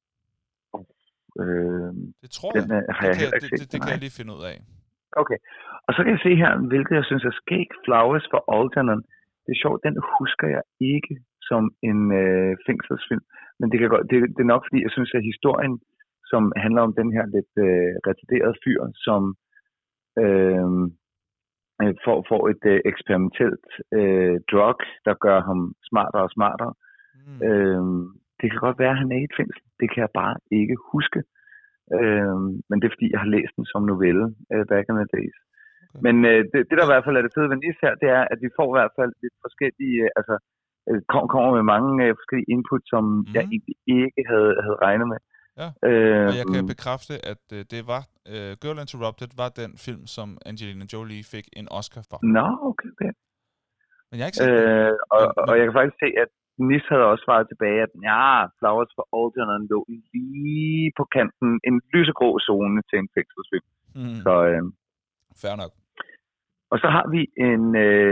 Det tror jeg. Det kan jeg lige finde ud af. Okay. Og så kan jeg se her, hvilket jeg synes er skæg, Flowers for Algernon. Det er sjovt, den husker jeg ikke som en fængselsfilm. Men det er nok, fordi jeg synes, at historien, som handler om den her lidt retarderede fyr, som får et eksperimentelt drug, der gør ham smartere og smartere. Det kan godt være, at han er i et fængsel. Det kan jeg bare ikke huske. Men det er fordi, jeg har læst den som novelle back in the days. Okay. Men det der i hvert fald er det fede ved NIS her, det er, at vi får i hvert fald lidt forskellige, altså kommer med mange forskellige input, som jeg egentlig ikke havde regnet med. Ja, og jeg kan bekræfte, at det var Girl Interrupted var den film, som Angelina Jolie fik en Oscar for. Nå, okay. Men jeg har ikke set og jeg kan faktisk se, at NIS havde også svaret tilbage, at Flowers for Algernon lå lige på kanten, en lysegrå zone til en fængselsfilm. Så, fair nok. Og så har vi en,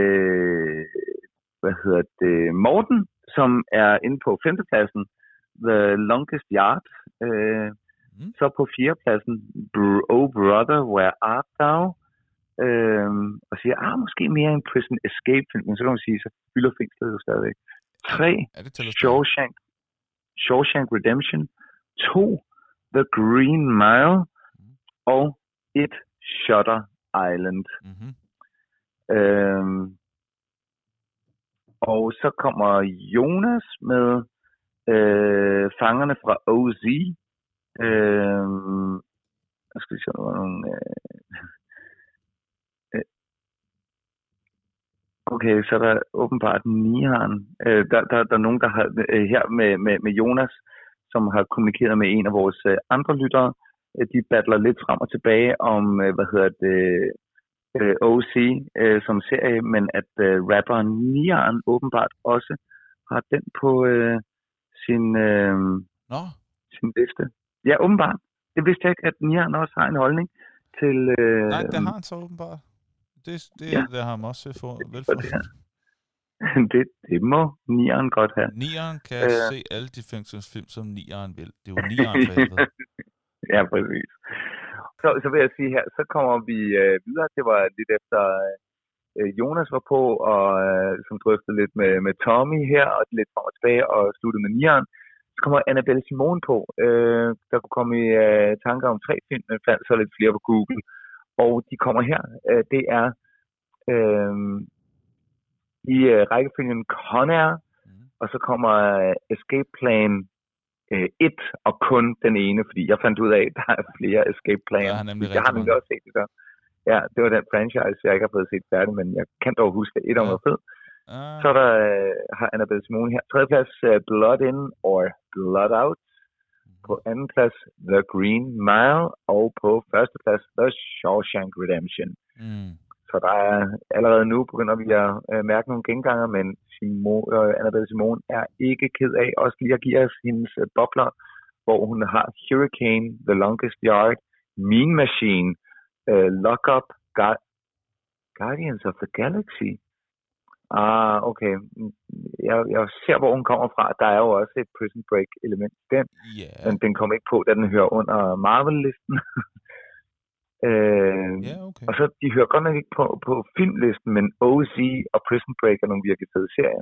Morten, som er inde på 5. pladsen, The Longest Yard. Så på 4. pladsen, Oh Brother, Where Art Thou? Og siger, måske mere en Prison Escape-film, men så kan man sige, så fylder fængslet jo stadigvæk. 3, Shawshank Redemption. 2, The Green Mile. Og 1, Shutter Island. Og så kommer Jonas med Fangerne fra OZ. Jeg skal se, nogle... Okay, så er der åbenbart Nihan. Der er nogen, der har her med Jonas, som har kommunikeret med en af vores andre lyttere. De battler lidt frem og tilbage om, OC som serie, men at rapperen Nihan åbenbart også har den på sin liste. Ja, åbenbart. Det vidste jeg ikke, at Nihan også har en holdning til... Nej, det har han så åbenbart. Det har han også velfundet. Det må Nieren godt have. Nieren kan se alle de fængselsfilm, som Nieren vil. Det er jo Nieren for helvede. Ja, præcis. Så vil jeg sige her, så kommer vi videre. Det var lidt efter Jonas var på, og som drøftede lidt med Tommy her, og lidt frem og tilbage, og sluttede med Nieren. Så kommer Annabelle Simone på. Der kunne komme i tanker om 3 film, men fandt så lidt flere på Google. Og de kommer her. Det er i rækkefølgen Conair, og så kommer Escape Plan 1, og kun den ene, fordi jeg fandt ud af, at der er flere Escape Plan. Jeg har nemlig også set det der. Ja, det var den franchise, jeg ikke har fået set færdig, men jeg kan dog huske, at 1 var fed. Så er der har Annabelle Simone her. 3. plads, Blood In or Blood Out. På 2. plads, The Green Mile. Og på 1. plads, The Shawshank Redemption. Så der er allerede nu begynder vi at mærke nogle genganger, men Annabelle Simone er ikke ked af også lige at give os hendes bobler, hvor hun har Hurricane, The Longest Yard, Mean Machine, Lock Up, Guardians of the Galaxy. Okay. Jeg ser, hvor hun kommer fra. Der er jo også et Prison Break element i den, men den kom ikke på, da den hører under Marvel-listen. Okay. Og så, de hører godt nok ikke på filmlisten, men OZ og Prison Break er nogle virkelig fede serier.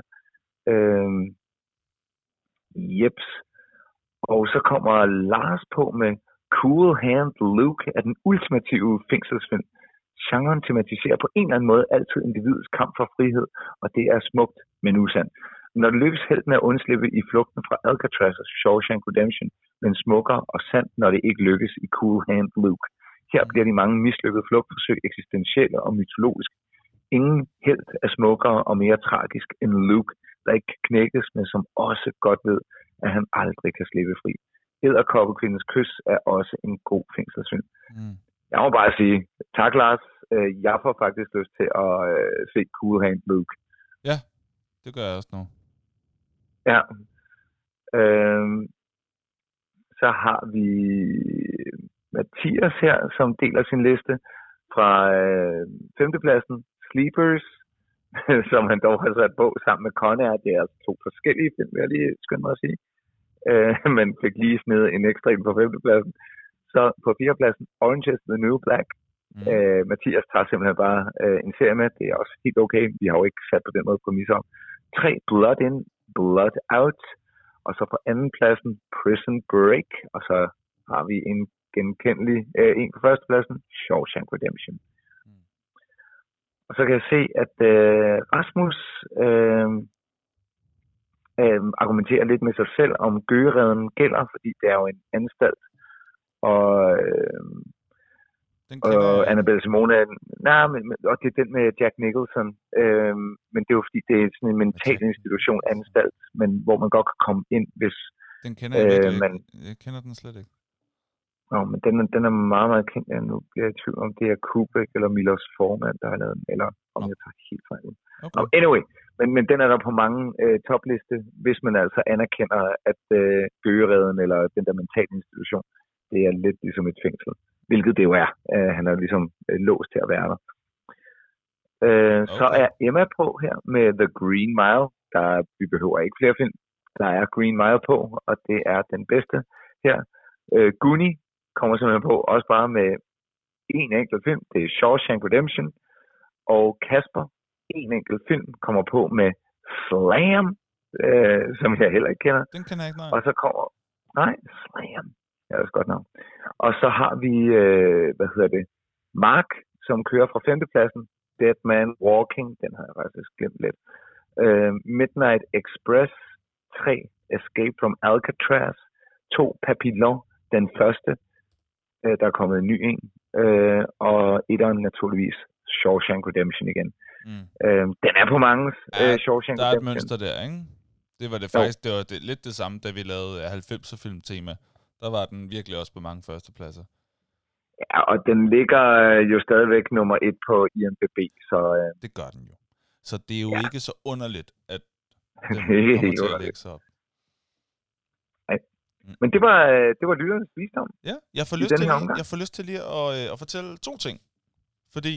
Jeps. Og så kommer Lars på med Cool Hand Luke af den ultimative fængselsfilm. Genren tematiserer på en eller anden måde altid individets kamp for frihed, og det er smukt, men usandt. Når det lykkes helten at undslippe i flugten fra Alcatraz og Shawshank Redemption, men smukker og sandt, når det ikke lykkes i Cool Hand Luke. Her bliver de mange mislykkede flugtforsøg eksistentielle og mytologiske. Ingen helt er smukkere og mere tragisk end Luke, der ikke kan knækkes, men som også godt ved, at han aldrig kan slippe fri. Edderkoppekvindens kys er også en god fængselsfilm. Jeg må bare sige, tak Lars. Jeg får faktisk lyst til at se Cool Hand Luke. Ja, det gør jeg også nu. Ja. Så har vi Mathias her, som deler sin liste fra 5. pladsen, Sleepers, som han dog har sat på sammen med Conair. Det er altså 2 forskellige film, vil jeg lige skynde mig at sige. Men fik lige smidt en ekstra ind på 5. pladsen. Så på 4. pladsen, Orange is the New Black. Mathias tager simpelthen bare en serie med. Det er også helt okay. Vi har jo ikke sat på den måde præmisser om. 3, Blood In, Blood Out. Og så på 2. pladsen, Prison Break. Og så har vi en genkendelig en på 1. pladsen, Shawshank Redemption. Og så kan jeg se, at Rasmus argumenterer lidt med sig selv, om Gøgeredden gælder, fordi det er jo en anstalt. Og Annabelle Simone, og det er den med Jack Nicholson. Men det er jo fordi, det er sådan en mental institution, anstalt, men hvor man godt kan komme ind, hvis... Den kender jeg virkelig ikke. Jeg kender den slet ikke. Nå, men den er meget, meget kendt. Ja, nu bliver jeg i tvivl om, det er Kubrick eller Milos Forman, der har lavet den, eller om jeg tager helt fejl. Okay. Anyway, men den er der på mange topliste, hvis man altså anerkender, at Gøgeredden eller den der mentale institution, det er lidt ligesom et fængsel. Hvilket det jo er. Han er ligesom låst til at være der. Okay. Så er Emma på her med The Green Mile. Vi behøver ikke flere film. Der er Green Mile på, og det er den bedste her. Goonie kommer simpelthen på, også bare med en enkelt film. Det er Shawshank Redemption. Og Kasper, en enkelt film, kommer på med Slam, som jeg heller ikke kender. Den kender jeg ikke, nej. Og så kommer... Nej, Slam. Ja, det er også godt navn. Og så har vi, Mark, som kører fra 5. pladsen. Dead Man Walking, den har jeg faktisk glemt lidt. Midnight Express, 3, Escape from Alcatraz, 2, Papillon, den første, der er kommet en ny en, og etteren naturligvis Shawshank Redemption igen. Den er på mange Shawshank Redemption. Der er et mønster der, ikke? Det var det faktisk, det var lidt det samme, da vi lavede 90'er filmtema. Der var den virkelig også på mange førstepladser. Ja, og den ligger jo stadigvæk nummer 1 på IMDb, så... Det gør den jo. Så det er jo ikke så underligt, at den kommer til at lægge sig op. Nej. Men det var lytternes visdom. Ja, jeg får lyst til lige at fortælle 2 ting. Fordi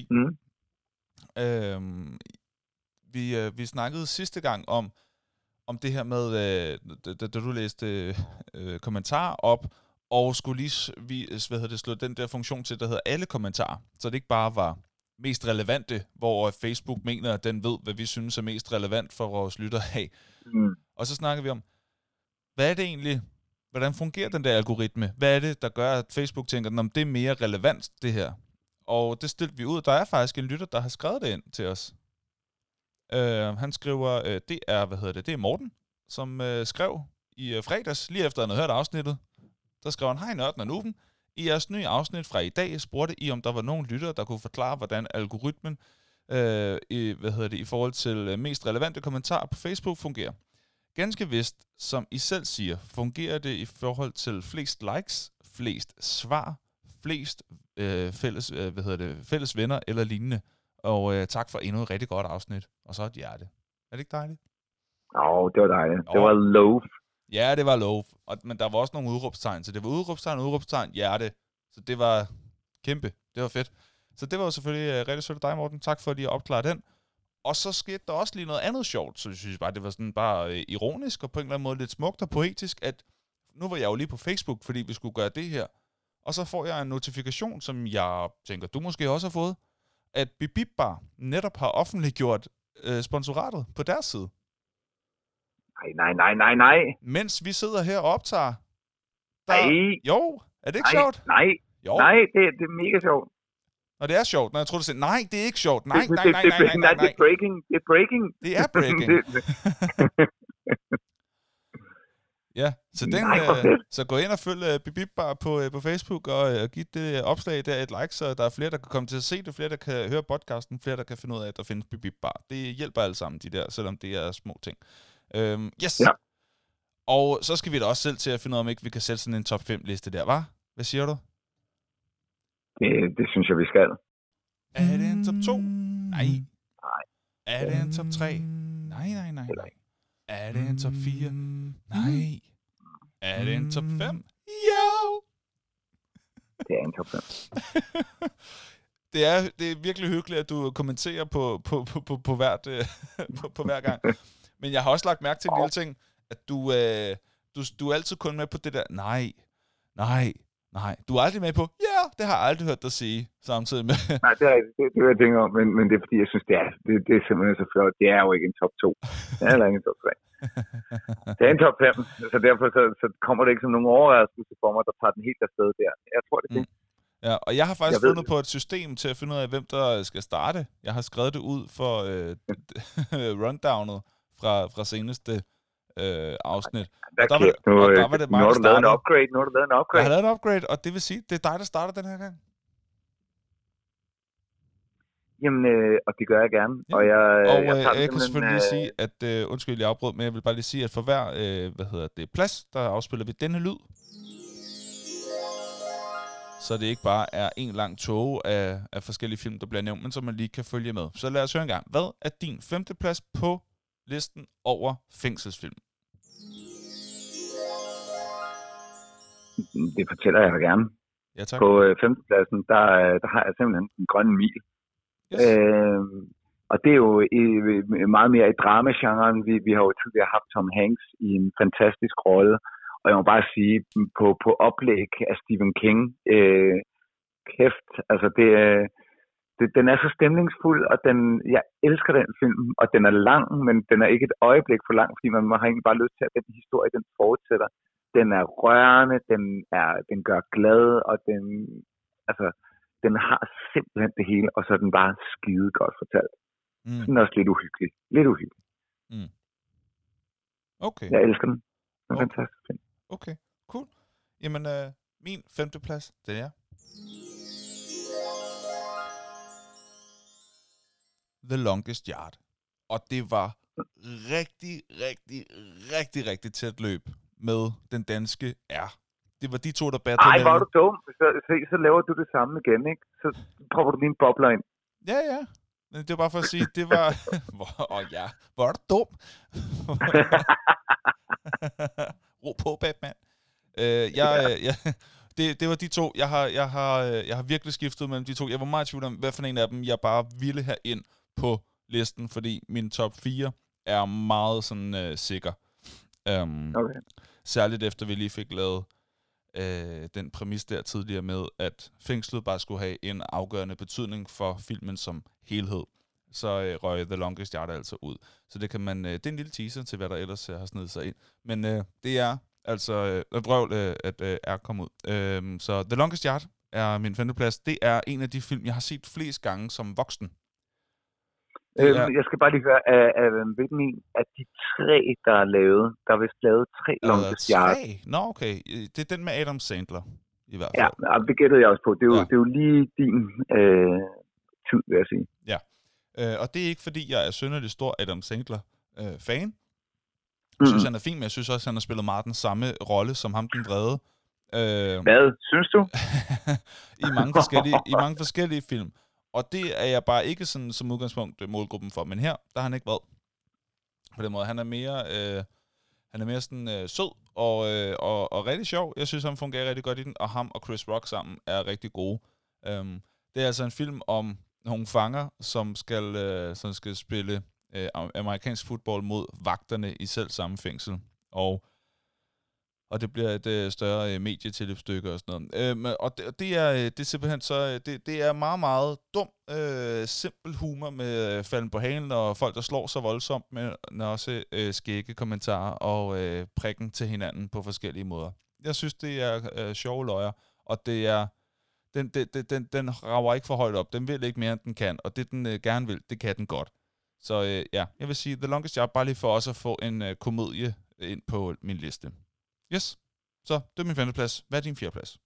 vi snakkede sidste gang om det her med, da du læste kommentarer op, og skulle lige slå den der funktion til, der hedder alle kommentarer, så det ikke bare var mest relevante, hvor Facebook mener, at den ved, hvad vi synes er mest relevant for vores lyttere af. Og så snakker vi om, hvad er det egentlig, hvordan fungerer den der algoritme? Hvad er det, der gør, at Facebook tænker, at det er mere relevant, det her? Og det stillede vi ud. Der er faktisk en lytter, der har skrevet det ind til os. Han skriver, det er Morten, som skrev i fredags, lige efter han havde hørt afsnittet. Der skrev han, hej Nørden og Nuben. I jeres nye afsnit fra i dag spurgte I, om der var nogen lyttere, der kunne forklare, hvordan algoritmen i forhold til mest relevante kommentarer på Facebook fungerer. Ganske vist, som I selv siger, fungerer det i forhold til flest likes, flest svar, flest fælles venner eller lignende. Og tak for endnu et rigtig godt afsnit. Og så et hjerte. Er det ikke dejligt? Det var dejligt. Det var love. Ja, det var love. Men der var også nogle udråbstegn. Så det var udråbstegn, hjerte. Så det var kæmpe. Det var fedt. Så det var jo selvfølgelig rigtig sødt af dig, Morten. Tak for lige at opklare den. Og så skete der også lige noget andet sjovt. Så jeg synes bare, det var sådan bare ironisk og på en eller anden måde lidt smukt og poetisk, at nu var jeg jo lige på Facebook, fordi vi skulle gøre det her. Og så får jeg en notifikation, som jeg tænker, du måske også har fået, at Bip Bar netop har offentliggjort sponsoratet på deres side. Nej. Mens vi sidder her og optager. Nej. Jo, er det ikke sjovt? Nej, jo. Nej, det er mega sjovt. Nå, det er sjovt. Når jeg troede, du sagde, nej, det er ikke sjovt. Nej. Det er breaking. Det er breaking. Det er breaking. Ja, så gå ind og følg Bip Bar på Facebook og giv det opslag der et like, så der er flere, der kan komme til at se det, flere, der kan høre podcasten, flere, der kan finde ud af, at der findes Bip Bar. Det hjælper alle sammen, de der, selvom det er små ting. Yes. Ja. Og så skal vi da også selv til at finde ud af, om ikke vi kan sætte sådan en top 5 liste der, hva'? Hvad siger du? Det synes jeg, vi skal. Er det en top 2? Nej. Er det en top 3? Nej. Er det en top 4? Nej. Er det en top 5? Jo! Det er en top 5. Det er virkelig hyggeligt, at du kommenterer på hver gang. Men jeg har også lagt mærke til en lille ting, at du er altid kun med på det der, nej. Du er aldrig med på, det har jeg aldrig hørt dig sige, samtidig med. Nej, det vil jeg tænke om, men det er fordi, jeg synes, det er simpelthen så flot. Det er jo ikke en top 2. Det er heller ikke en top 3. Det er en top 5, så derfor så kommer det ikke som nogen overraskelse for mig, der tager den helt afsted der. Jeg tror, det er det. Ja, og jeg har faktisk fundet på et system til at finde ud af, hvem der skal starte. Jeg har skrevet det ud for rundownet fra seneste afsnit. Og der var det mig, der startede. Nu har du lavet en upgrade. Jeg har lavet en upgrade, og det vil sige, det er dig, der starter den her gang. Jamen, og det gør jeg gerne. Ja. Og jeg kan selvfølgelig lige sige, at undskyld, jeg afbrød, men jeg vil bare lige sige, at for hver plads, der afspiller vi denne lyd. Så det ikke bare er en lang tåge af forskellige film, der bliver nævnt, men så man lige kan følge med. Så lad os høre en gang. Hvad er din 5. plads på listen over fængselsfilm? Det fortæller jeg gerne. Ja, tak. På 5. pladsen, der har jeg simpelthen Den Grønne Mil. Yes. Og det er jo meget mere i dramagenren. Vi har jo tidligere haft Tom Hanks i en fantastisk rolle. Og jeg må bare sige, på oplæg af Stephen King, kæft, altså den er så stemningsfuld, og jeg elsker den film, og den er lang, men den er ikke et øjeblik for lang, fordi man har egentlig bare lyst til, at den historie, den fortsætter. Den er rørende, den gør glad, og den har simpelthen det hele, og så er den bare skide godt fortalt. Den er også lidt uhyggelig. Mm. Okay. Jeg elsker den. Den er fantastisk film. Okay, cool. Jamen, min 5. plads, det er The Longest Yard. Og det var rigtig tæt løb med den danske R. Det var de to, der battlede. Ej, var du dum. Så laver du det samme igen, ikke? Så prøver du lige en bobler ind. Ja. Det var bare for at sige, det var... hvor er du dum? Ro på, Batman. Det var de to. Jeg har virkelig skiftet mellem de to. Jeg var meget i tvivl om, hvad for en af dem, jeg bare ville have ind på listen, fordi min top 4 er meget sådan sikker. Okay. Særligt efter vi lige fik lavet den præmis der tidligere med, at fængslet bare skulle have en afgørende betydning for filmen som helhed. Så røg The Longest Yard altså ud. Så det kan man, det er en lille teaser til, hvad der ellers har snedet sig ind. Men det er altså vrøvl, at er kommet ud. Så The Longest Yard er min 5. plads. Det er en af de film, jeg har set flest gange som voksen. Jeg skal bare lige høre, hvilken en af de 3, der er lavet, der er vist lavet 3 Longest Yard. 3? Nå, okay. Det er den med Adam Sandler, i hvert fald. Ja, det gættede jeg også på. Det er jo lige din tid, vil jeg sige. Ja, og det er ikke, fordi jeg er synderligt stor Adam Sandler-fan. Jeg synes, han er fin, men jeg synes også, han har spillet meget den samme rolle som ham, den vrede. Hvad synes du? I mange forskellige film. Og det er jeg bare ikke sådan som udgangspunkt målgruppen for. Men her, der har han ikke været på den måde. Han er mere sådan sød og rigtig sjov. Jeg synes, han fungerer rigtig godt i den. Og ham og Chris Rock sammen er rigtig gode. Det er altså en film om nogle fanger, som skal spille amerikansk fodbold mod vagterne i selv samme fængsel. Og det bliver et større medietilløbsstykke og sådan noget. Og det er simpelthen så... Det er meget, meget dum, simpel humor med falden på halen og folk, der slår sig voldsomt, men også skægge kommentarer og prikken til hinanden på forskellige måder. Jeg synes, det er sjove løjer, og det er... Den rager ikke for højt op. Den vil ikke mere, end den kan. Og det, den gerne vil, det kan den godt. Så jeg vil sige, The Longest Yard, bare lige for også at få en komedie ind på min liste. Yes. Så det er min 5. plads. Hvad er din 4. plads?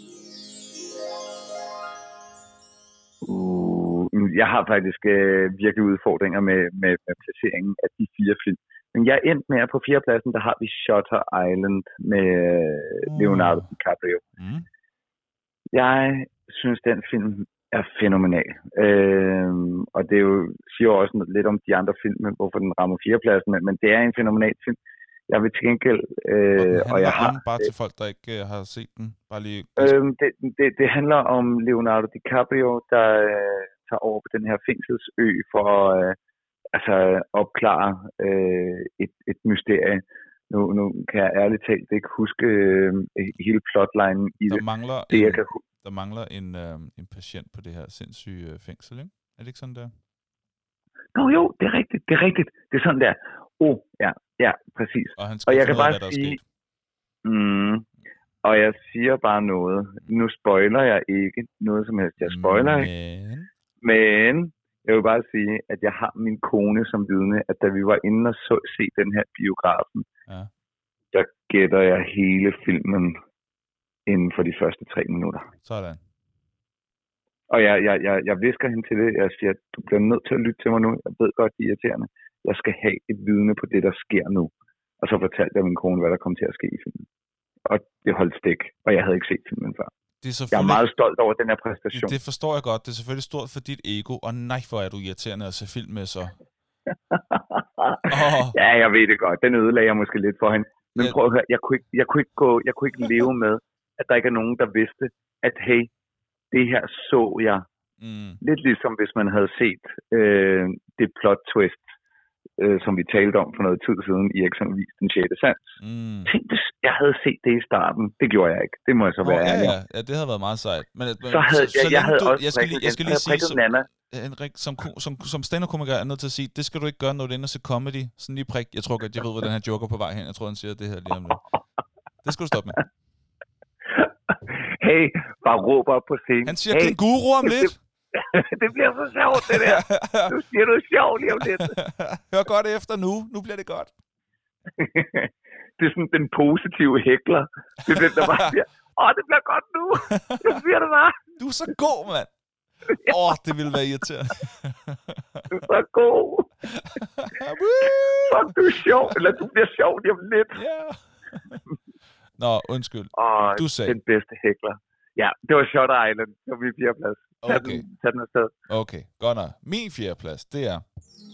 Jeg har faktisk virkelig udfordringer med placeringen af de 4 film. Men jeg er endt med, at på 4. pladsen, der har vi Shutter Island med Leonardo DiCaprio. Jeg synes, den film er fænomenal. Og det er jo, siger jo også lidt om de andre film, hvorfor den rammer 4. pladsen, men det er en fænomenal film. Jeg vil til gengæld... og jeg har bare til folk, der ikke har set den. Bare lige... Det handler om Leonardo DiCaprio, der tager over på den her fængselsø for at opklare et mysterie. Nu kan jeg ærligt talt ikke huske hele plotlinen i det. Der mangler en patient på det her sindssyge fængsel, ikke? Er det ikke sådan der? Jo, det er rigtigt. Det er sådan der. Ja, præcis. Og han skal jeg kan bare hvad der sige, Og jeg siger bare noget. Nu spoiler jeg ikke noget som helst. Jeg spoiler ikke. Men jeg vil bare sige, at jeg har min kone som vidne, at da vi var inde og se den her biografen, der gætter jeg hele filmen inden for de første 3 minutter. Sådan. Og jeg visker hende til det. Jeg siger, at du bliver nødt til at lytte til mig nu. Jeg ved godt, det er irriterende. Jeg skal have et vidne på det, der sker nu. Og så fortalte jeg min kone, hvad der kom til at ske i filmen. Og det holdt stik, og jeg havde ikke set filmen før. Jeg er meget stolt over den her præstation. Det forstår jeg godt. Det er selvfølgelig stort for dit ego, og nej, hvor er du irriterende at se film med så. Ja, jeg ved det godt. Den ødelagde jeg måske lidt for hende. Men prøv at høre, jeg kunne ikke leve med, at der ikke er nogen, der vidste, at hey, det her så jeg. Lidt ligesom hvis man havde set det plot twist, som vi talte om for noget tid siden i eksempelvis Den 6. Sans. Tænk, hvis jeg havde set det i starten. Det gjorde jeg ikke. Det må jeg så være ærlig om. Ja, det havde været meget sejt. Men, så havde jeg havde også jeg skal lige sige, Henrik, som stand-up-komiker er nødt til at sige, det skal du ikke gøre, når du er inde og se comedy. Sådan lige prik. Jeg tror godt, jeg ved, hvor den her joker på vej hen. Jeg tror, han siger det her lige om lidt. Det skal du stoppe med. Hey, bare råb op på scenen. Han siger kænguru om lidt. Det bliver så sjovt, det der. Du siger noget sjovt lige om lidt. Hør godt efter nu. Nu bliver det godt. Det er sådan den positive hækler. Det er den, der bare siger, det bliver godt nu. Det bliver det bare. Du er så god, mand. Det ville være irriterende. Du er så god. Fuck, du er sjov. Eller du bliver sjov lige om lidt. Nå, undskyld. Du sagde. Den bedste hækler. Ja, det var Shutter Island. Det var min 4. plads. Tag den afsted. Okay, godt nok. Min 4. plads, det er...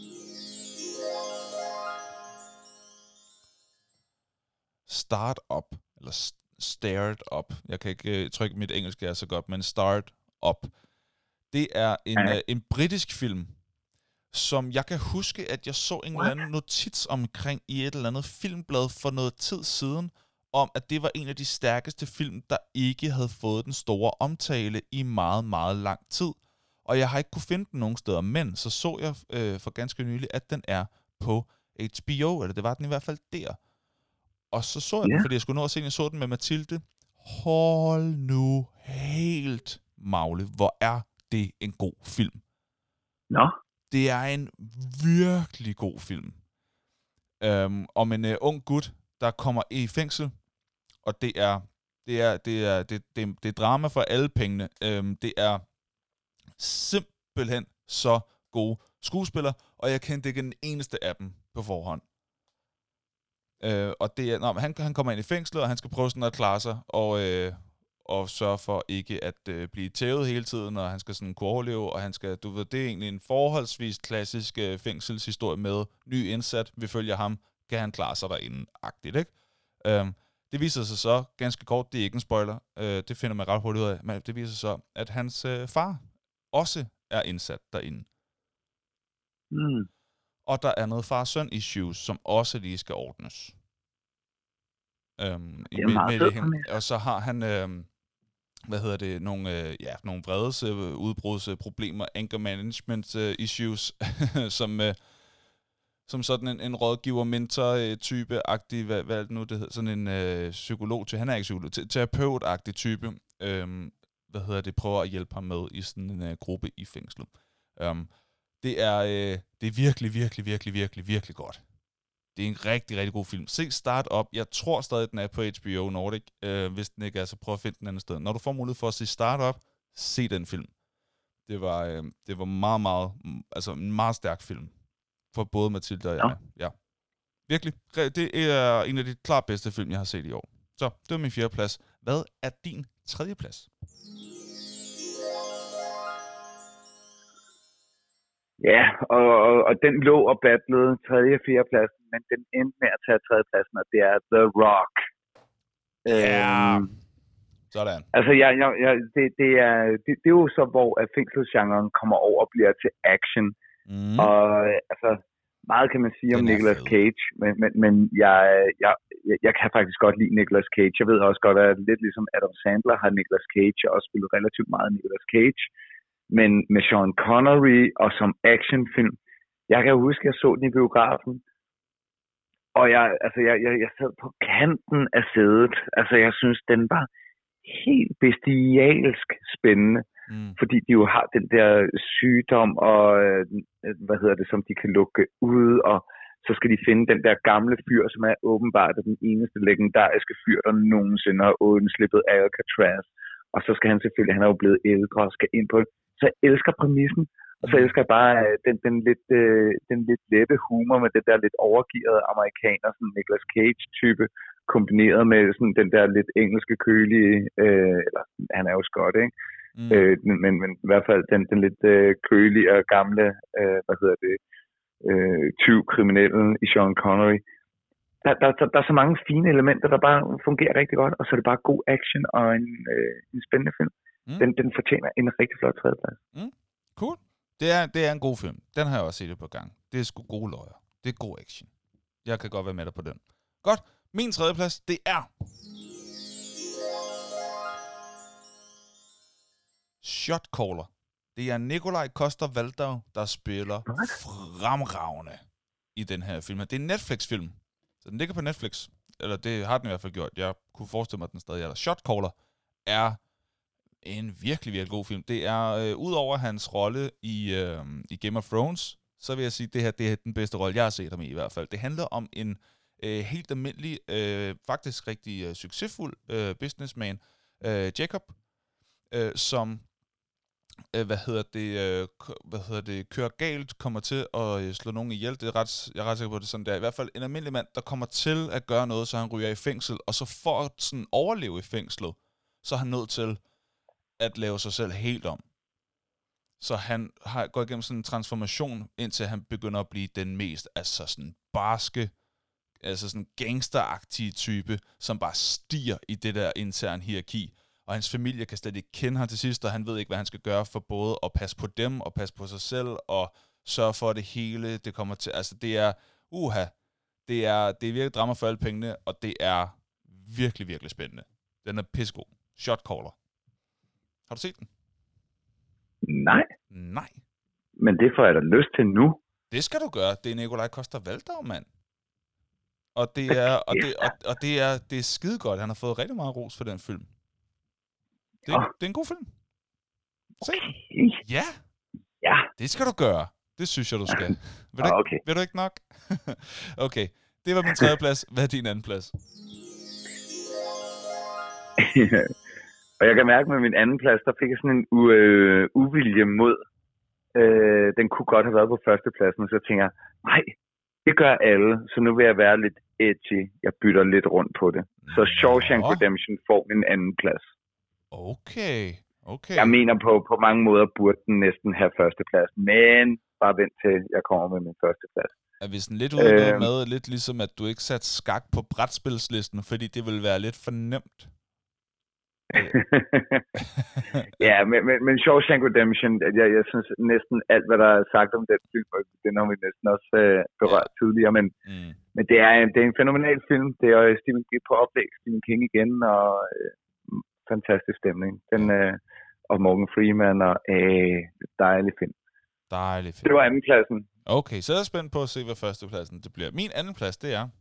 Start Up, eller Stared Up. Jeg kan ikke trykke, mit engelsk er så godt, men Start Up. Det er en britisk film, som jeg kan huske, at jeg så en eller anden notits omkring i et eller andet filmblad for noget tid siden, om at det var en af de stærkeste film, der ikke havde fået den store omtale i meget, meget lang tid. Og jeg har ikke kunne finde den nogen steder, men så jeg for ganske nylig, at den er på HBO, eller det var den i hvert fald der. Og så jeg den, fordi jeg skulle nå at se den. Jeg så den med Mathilde. Hold nu helt magle. Hvor er det en god film. Det er en virkelig god film. Om en ung gut, der kommer i fængsel, og det er drama for alle pengene. Det er simpelthen så gode skuespillere, og jeg kendte ikke den eneste af dem på forhånd. Og det er, han kommer ind i fængslet, og han skal prøve sådan at klare sig, og sørge for ikke at blive tævet hele tiden, og han skal sådan kunne overleve, og han skal, det er egentlig en forholdsvis klassisk fængselshistorie med ny indsat. Vi følger ham, kan han klare sig derinde-agtigt, ikke? Det viser sig så, ganske kort, det er ikke en spoiler, det finder man ret hurtigt ud af, men det viser sig så, at hans far også er indsat derinde. Og der er noget far-søn issues, som også lige skal ordnes. Og så har han, nogle vredesudbrudsproblemer, anger management issues, som sådan en rådgiver, mentor-type-agtig, hvad er det nu, det hedder, sådan en psykolog, han er ikke psykolog, terapeut-agtig type, prøver at hjælpe ham med i sådan en gruppe i fængslet. Det er virkelig, virkelig, virkelig, virkelig, virkelig godt. Det er en rigtig, rigtig god film. Se Start Up. Jeg tror stadig, den er på HBO Nordic. Hvis den ikke er, så prøv at finde den anden sted. Når du får mulighed for at se Start Up, se den film. Det var meget, meget, altså en meget stærk film. For både Mathilde og jeg. Ja. Virkelig. Det er en af de klart bedste film, jeg har set i år. Så, det var min 4. plads. Hvad er din 3. plads? Ja, og den lå og battlede 3. og 4. pladsen, men den endte med at tage 3. pladsen, og det er The Rock. Sådan. Altså, det er jo så, hvor fængselsgenren kommer over og bliver til action. Og altså, meget kan man sige om Nicolas Cage, men jeg kan faktisk godt lide Nicolas Cage. Jeg ved også godt, at lidt ligesom Adam Sandler har Nicolas Cage også spillet relativt meget Nicolas Cage. Men med Sean Connery og som actionfilm, jeg kan huske, at jeg så den i biografen, Og jeg sad på kanten af sædet. Altså, jeg synes, den var helt bestialsk spændende. Fordi de jo har den der sygdom, og som de kan lukke ud, og så skal de finde den der gamle fyr, som er åbenbart den eneste legendariske fyr, der nogensinde har undslippet Alcatraz. Og så skal han selvfølgelig, han er jo blevet ældre og skal ind på det. Så jeg elsker præmissen, og så elsker jeg bare den lidt lette humor med det der lidt overgearede amerikaner, sådan Nicolas Cage-type, kombineret med sådan den der lidt engelske kølige, eller han er jo skot, ikke? Men i hvert fald den lidt kølige og gamle, tyv kriminelle i Sean Connery. Der er så mange fine elementer, der bare fungerer rigtig godt, og så er det bare god action og en spændende film. Den fortjener en rigtig flot tredjeplads. Cool. Det er en god film. Den har jeg også set på gang. Det er sgu gode løjer. Det er god action. Jeg kan godt være med dig på den. Godt. Min tredjeplads, det er Shotcaller. Det er Nikolaj Coster-Waldau, der spiller fremragende i den her film. Det er en Netflix-film. Så den ligger på Netflix. Eller det har den i hvert fald gjort. Jeg kunne forestille mig, at den stadig er der. Shotcaller er en virkelig, virkelig god film. Det er, udover hans rolle i Game of Thrones, så vil jeg sige, at det er den bedste rolle, jeg har set ham i hvert fald. Det handler om en helt almindelig, faktisk rigtig succesfuld businessman, Jacob, som kører galt, kommer til at slå nogen ihjel. Jeg er ret sikker på, at det er sådan der. I hvert fald en almindelig mand, der kommer til at gøre noget, så han ryger i fængsel, og så for at sådan overleve i fængslet, så er han nødt til at lave sig selv helt om. Så han går igennem sådan en transformation, indtil han begynder at blive den mest, altså sådan barske, altså sådan gangsteragtige type, som bare stiger i det der interne hierarki. Og hans familie kan slet ikke kende ham til sidst, og han ved ikke, hvad han skal gøre for både at passe på dem, og passe på sig selv, og sørge for, at det hele, det kommer til, altså det er, det er virkelig drama for alle pengene, og det er virkelig, virkelig spændende. Den er pissegod. Shotcaller. Har du set den? Nej. Men det får jeg da lyst til nu. Det skal du gøre. Det er Nikolaj Coster-Waldau, mand. Og det er, det er skide godt. Han har fået rigtig meget ros for den film. Det er en god film. Se. Ja. Det skal du gøre. Det synes jeg, du skal. Vil du ikke nok? Okay. Det var min tredje plads. Hvad er din anden plads? Og jeg kan mærke med min anden plads, der fik jeg sådan en uvilje mod. Den kunne godt have været på førstepladsen, så jeg tænker, nej, det gør alle, så nu vil jeg være lidt edgy. Jeg bytter lidt rundt på det. Så Shawshank Redemption får min anden plads. Okay. Jeg mener på mange måder burde den næsten have førsteplads, men bare vent til jeg kommer med min førsteplads. Er vi sådan lidt ude med, lidt ligesom at du ikke satte skak på brætspilslisten, fordi det ville være lidt for nemt? Ja, men Shawshank Redemption, jeg synes næsten alt, hvad der er sagt om den film, den har vi næsten også berørt tidligere, men det er en fænomenal film. Det er Stephen King på oplæg, Stephen King igen, og fantastisk stemning. Den, og Morgan Freeman, og dejlig film. Dejlig film. Det var andenpladsen. Okay, så er jeg spændt på at se, hvad førstepladsen det bliver. Min andenplads, det er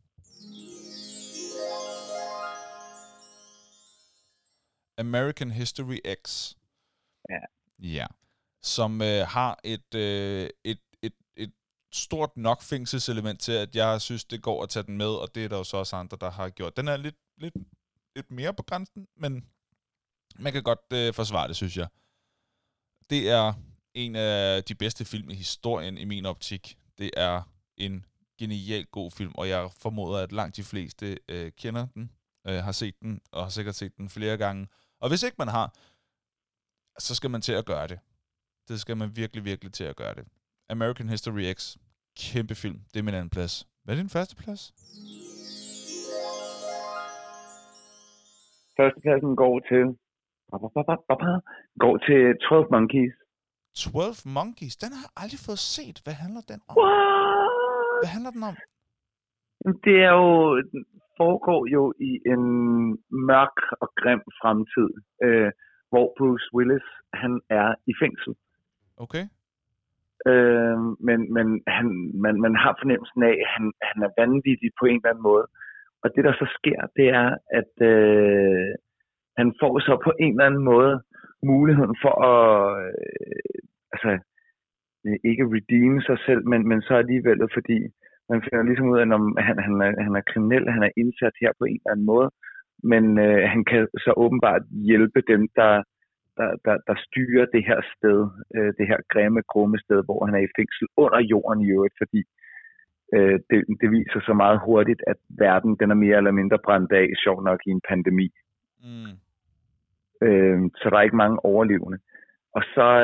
American History X. Ja. Som har et stort nok fængselselement til, at jeg synes, det går at tage den med, og det er der jo så også andre, der har gjort. Den er lidt mere på grænsen, men man kan godt forsvare det, synes jeg. Det er en af de bedste film i historien i min optik. Det er en genialt god film, og jeg formoder, at langt de fleste kender den, har set den, og har sikkert set den flere gange. Og hvis ikke man har, så skal man til at gøre det. Det skal man virkelig, virkelig til at gøre det. American History X. Kæmpe film. Det er min anden plads. Hvad er din første plads? Førstepladsen går til 12 Monkeys. 12 Monkeys? Den har jeg aldrig fået set. Hvad handler den om? What? Hvad handler den om? Det er jo... foregår jo i en mørk og grim fremtid, hvor Bruce Willis, han er i fængsel. Okay. Men man har fornemmelsen af, at han er vanvittig på en eller anden måde. Og det, der så sker, det er, at han får så på en eller anden måde muligheden for at ikke redeeme sig selv, men så alligevel, fordi man finder ligesom ud af, at han er kriminel, han er indsat her på en eller anden måde, men han kan så åbenbart hjælpe dem, der styrer det her sted, det her grimme, grumme sted, hvor han er i fængsel under jorden i øvrigt, fordi det viser så meget hurtigt, at verden den er mere eller mindre brændt af, sjov nok i en pandemi. Mm. Så der er ikke mange overlevende. Og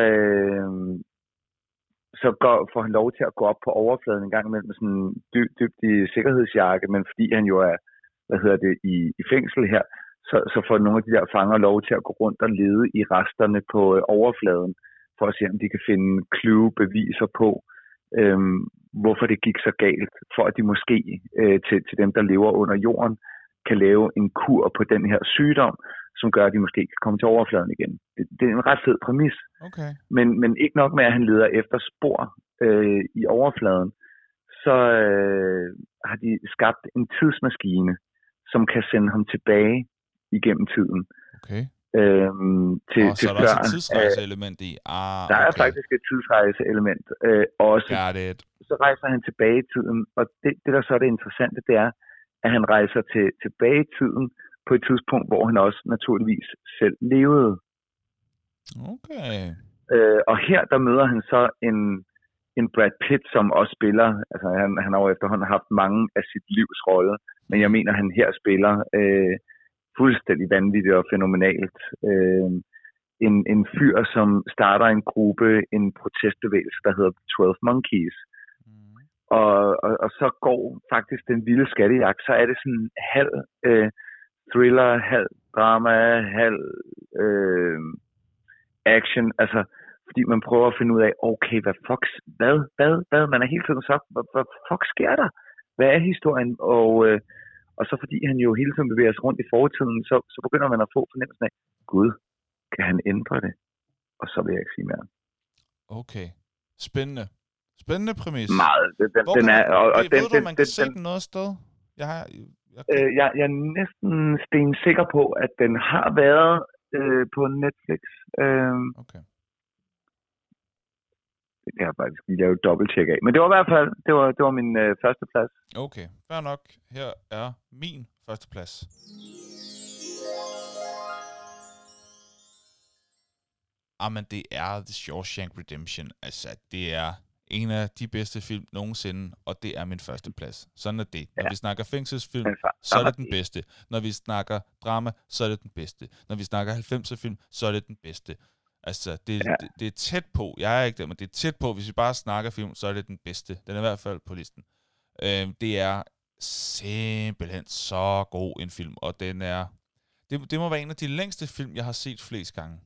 så får han lov til at gå op på overfladen en gang imellem med sådan en dybt i sikkerhedsjakke, men fordi han jo er, i fængsel her, så får nogle af de der fanger lov til at gå rundt og lede i resterne på overfladen, for at se, om de kan finde beviser på, hvorfor det gik så galt, for at de måske til dem, der lever under jorden, kan lave en kur på den her sygdom, som gør, at de måske kan komme til overfladen igen. Det er en ret fed præmis. Okay. Men ikke nok med, at han leder efter spor i overfladen, så har de skabt en tidsmaskine, som kan sende ham tilbage igennem tiden. Okay. Så er der også et tidsrejse-element i? Der er faktisk et tidsrejse-element også. Så rejser han tilbage i tiden, og det der så er det interessante, det er, at han rejser tilbage i tiden på et tidspunkt, hvor han også naturligvis selv levede. Okay. Og her der møder han så en Brad Pitt, som også spiller, altså han har jo efterhånden haft mange af sit livs rolle, men jeg mener, han her spiller fuldstændig vanvittigt og fænomenalt. En fyr, som starter en gruppe, en protestbevægelse, der hedder 12 Monkeys. Og så går faktisk den vilde skattejagt, så er det sådan halv thriller, halv drama, halv action, altså fordi man prøver at finde ud af, okay, hvad, man er hele tiden så, hvad fuck sker der? Hvad er historien? Og så fordi han jo hele tiden bevæger sig rundt i fortiden, så begynder man at få fornemmelsen af, Gud, kan han ændre det? Og så vil jeg ikke sige mere. Okay, spændende. Spændende præmis. Meget. Ved du, man kan se den noget sted? Jeg er næsten stensikker på, at den har været på Netflix. Okay. Det kan jeg faktisk lige lave et dobbelttjek af. Men det var i hvert fald, det var min første plads. Okay, fair nok. Her er min første plads. Men det er The Shawshank Redemption. Altså, det er en af de bedste film nogensinde, og det er min første plads. Sådan er det. Når vi snakker fængselsfilm, så er det den bedste. Når vi snakker drama, så er det den bedste. Når vi snakker 90'er film, så er det den bedste. Altså, det er tæt på. Jeg er ikke der, men det er tæt på. Hvis vi bare snakker film, så er det den bedste. Den er i hvert fald på listen. Det er simpelthen så god en film, og den er... Det må være en af de længste film, jeg har set flest gange.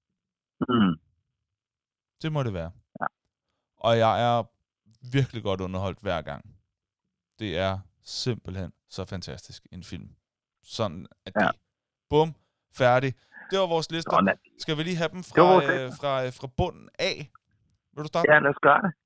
Det må det være. Ja. Og jeg er virkelig godt underholdt hver gang. Det er simpelthen så fantastisk en film. Sådan er det. Bum, færdig. Det var vores lister. Skal vi lige have dem fra bunden af? Vil du starte? Ja, lad os gøre det.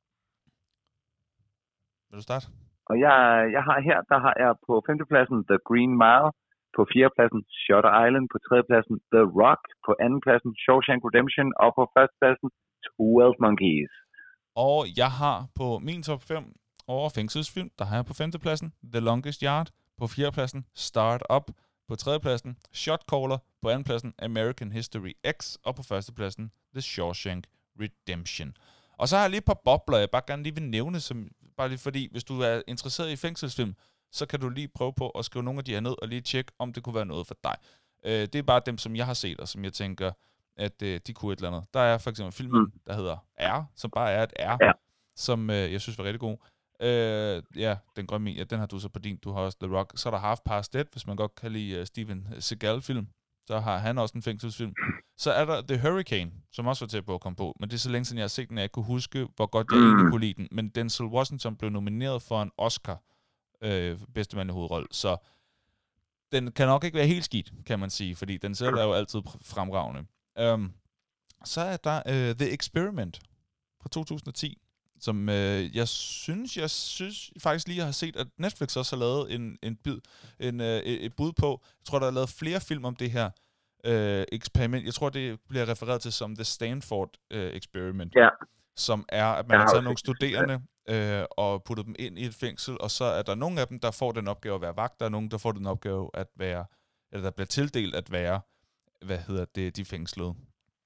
Vil du starte? Og jeg har jeg på 5. pladsen The Green Mile, på 4. pladsen Shutter Island, på 3. pladsen The Rock, på 2. pladsen Shawshank Redemption, og på 1. pladsen 12 Monkeys. Og jeg har på min top 5 over fængselsfilm, der har jeg på 5. pladsen The Longest Yard, på 4. pladsen Start Up, på 3. pladsen Shot Caller, på 2. pladsen American History X, og på 1. pladsen The Shawshank Redemption. Og så har jeg lige et par bobler, jeg bare gerne lige vil nævne, bare lige fordi, hvis du er interesseret i fængselsfilm, så kan du lige prøve på at skrive nogle af de her ned, og lige tjekke, om det kunne være noget for dig. Det er bare dem, som jeg har set, og som jeg tænker, at de kunne et eller andet. Der er for eksempel filmen, der hedder R, som bare er et R, som jeg synes var rigtig god. Den grønne min, den har du så på din. Du har også The Rock. Så er der Half Past Dead, hvis man godt kan lide Steven Seagal-film. Så har han også en fængselsfilm. Så er der The Hurricane, som også var til på at komme på. Men det er så længe siden, jeg har set den, at jeg kunne huske, hvor godt jeg egentlig kunne lide den. Men Denzel Washington blev nomineret for en Oscar, bedste mand i hovedrolle. Så den kan nok ikke være helt skidt, kan man sige, fordi den selv er jo altid fremragende. Så er der The Experiment fra 2010. som jeg synes faktisk lige, jeg har set, at Netflix også har lavet et bud på. Jeg tror, der er lavet flere film om det her eksperiment. Jeg tror, det bliver refereret til som The Stanford Experiment. Ja. Som er, at man har taget nogle studerende og puttet dem ind i et fængsel, og så er der nogle af dem, der får den opgave at være vagt, der er nogen, der får den opgave at være, eller der bliver tildelt at være, de fængslede.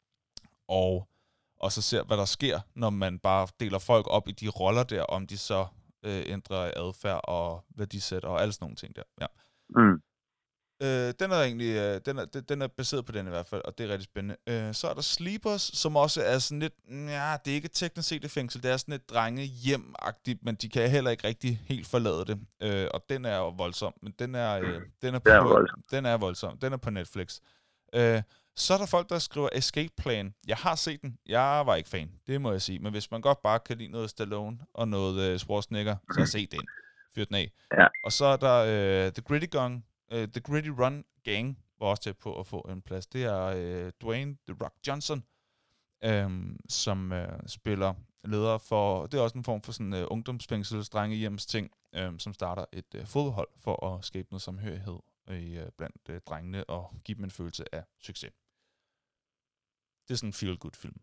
Og så ser, hvad der sker, når man bare deler folk op i de roller der, om de så ændrer adfærd og værdisæt og alle sådan nogle ting der. Ja. Mm. Den er egentlig den er baseret på den i hvert fald, og det er rigtig spændende. Så er der Sleepers, som også er sådan lidt, det er ikke teknisk set et fængsel, det er sådan et drenge hjem-agtigt, men de kan heller ikke rigtig helt forlade det. Og den er jo voldsom, men den er voldsom. Den er på Netflix. Så er der folk, der skriver Escape Plan. Jeg har set den. Jeg var ikke fan, det må jeg sige. Men hvis man godt bare kan lide noget Stallone og noget Schwarzenegger, så se den. Fyr den af. Ja. Og så er der The Gritty Run Gang var også til på at få en plads. Det er Dwayne The Rock Johnson, som spiller leder for... Det er også en form for sådan ungdomsfængsels drengehjems ting, som starter et fodboldhold for at skabe noget samhørighed blandt drengene og give dem en følelse af succes. Det er sådan en feel-good-film.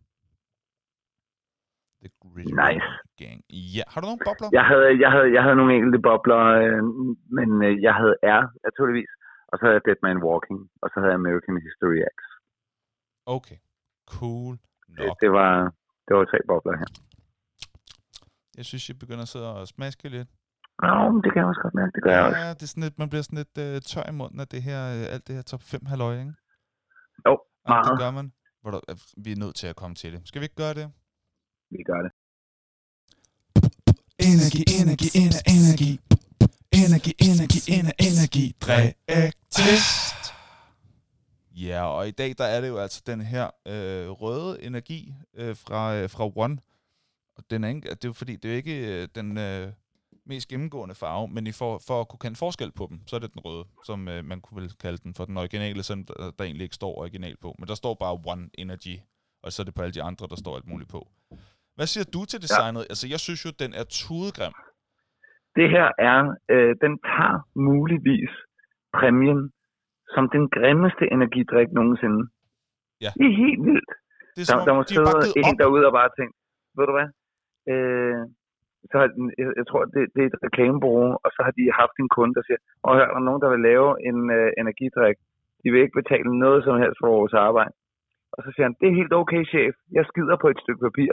The Gritty Run Gang. Ja, har du nogle bobler? Jeg havde nogle enkelte bobler, men jeg havde naturligvis. Og så havde jeg Dead Man Walking, og så havde jeg American History X. Okay, cool. Det var 3 bobler her. Jeg synes, jeg begynder at sidde og smaske lidt. Det kan jeg også godt mærke, det gør jeg også. Ja, det er sådan lidt, man bliver sådan lidt tør i munden af det her, alt det her top 5 halløj, ikke? Jo, meget. Det gør man. Vi er nødt til at komme til det. Skal vi ikke gøre det? Vi gør det. Energi. Drægtest. Ja, og i dag, der er det jo altså den her røde energi fra One. Og den er ikke, det er jo fordi, det er ikke den mest gennemgående farve, men for at kunne kende forskel på dem, så er det den røde, som man kunne vel kalde den for den originale, som der egentlig ikke står original på. Men der står bare One Energy, og så er det på alle de andre, der står alt muligt på. Hvad siger du til designet? Ja. Altså, jeg synes jo, den er tudegrim. Det her den tager muligvis præmien som den grimmeste energidrik nogensinde. Ja. Det er helt vildt. Det er, der må sidde en derude og bare tænke, ved du hvad? Så har jeg tror, det er et reklamebureau, og så har de haft en kunde, der siger, hør, der er nogen, der vil lave en energidrik. De vil ikke betale noget som helst for vores arbejde. Og så siger han, det er helt okay, chef. Jeg skider på et stykke papir.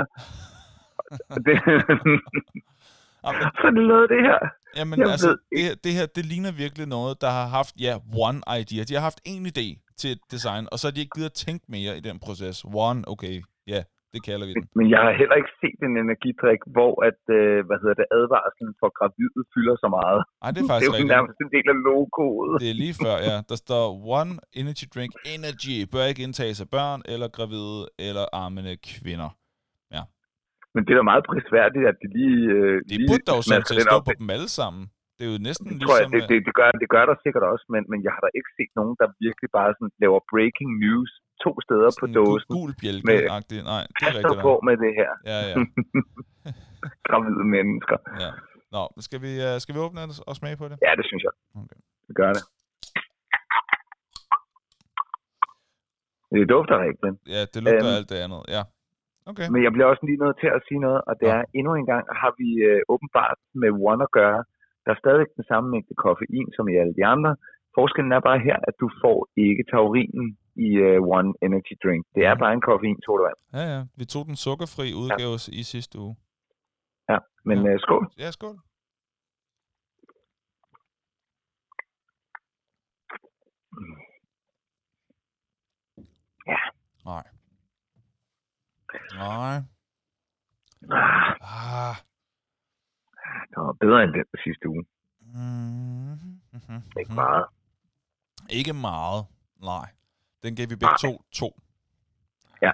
Så det lavede det her. Jamen altså, det her, det ligner virkelig noget, der har haft, one idea. De har haft en idé til et design, og så har de ikke givet at tænke mere i den proces. One, okay, det kalder vi den. Men jeg har heller ikke set en energidrik, hvor advarslen for gravide fylder så meget. Nej, det er faktisk rigtigt. Det er jo nærmest en del af logoet. Det er lige før, ja. Der står One Energy Drink Energy. Bør ikke indtages af børn, eller gravide, eller armende kvinder. Ja. Men det er da meget prisværdigt, at de lige... Det burde dog sådan til at stå på dem alle sammen. Det er jo næsten det ligesom... Det gør der sikkert også, men jeg har da ikke set nogen, der virkelig bare sådan laver breaking news 2 steder sådan på dåsen. Gul bjælke-agtigt. Nej, det er rigtigt. på med det her. Ja. Gravide mennesker. Ja. Nå, skal vi åbne og smage på det? Ja, det synes jeg. Okay. Det gør det. Det dufter rigtigt. Ja, det lugter alt det andet, ja. Okay. Men jeg bliver også lige nødt til at sige noget, og det er, endnu en gang har vi åbenbart med One at gøre. Der er stadig den samme mængde koffein som i alle de andre. Forskellen er bare her, at du får ikke taurinen i One Energy Drink. Det er bare en koffein-sodavand. Ja. Vi tog den sukkerfri udgave i sidste uge. Ja, men skål. Ja, skål. Ja. Nej. Det var bedre end den sidste uge. Ikke meget. Ikke meget, nej. Den gav vi begge to. Ja.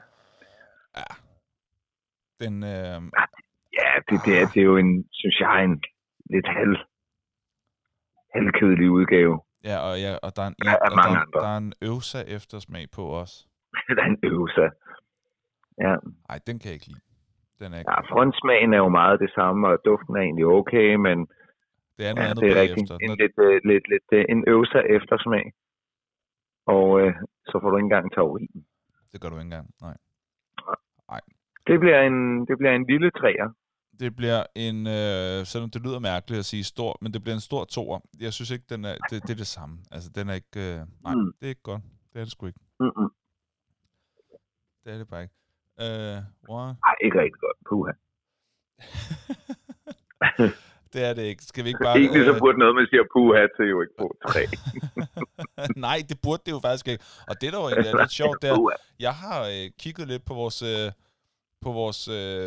Den... det er jo en, synes jeg, en lidt halvkedelig udgave. Ja, og der er der er en øvsa eftersmag på os. Der er en øvsa. Ja. Nej, den kan jeg ikke lide. Den er ikke... Ja, frontsmagen er jo meget det samme, og duften er egentlig okay, men det er noget andet det er bagefter. En øvelse eftersmag. Og så får du ikke engang taurinen. Det gør du ikke engang, nej. Det bliver en lille træer. Det bliver en, selvom det lyder mærkeligt at sige stor, men det bliver en stor toer. Jeg synes ikke, det er det samme. Altså, den er ikke... nej, det er ikke godt. Det er det sgu ikke. Mm-mm. Det er det bare ikke. Nej, ikke rigtig godt. Puha. Det er det ikke. Skal vi ikke bare... Egentlig så burde noget, man siger puha til jo ikke på 3. Nej, det burde det jo faktisk ikke. Og det, der jo egentlig er lidt sjovt, det er, jeg har kigget lidt på vores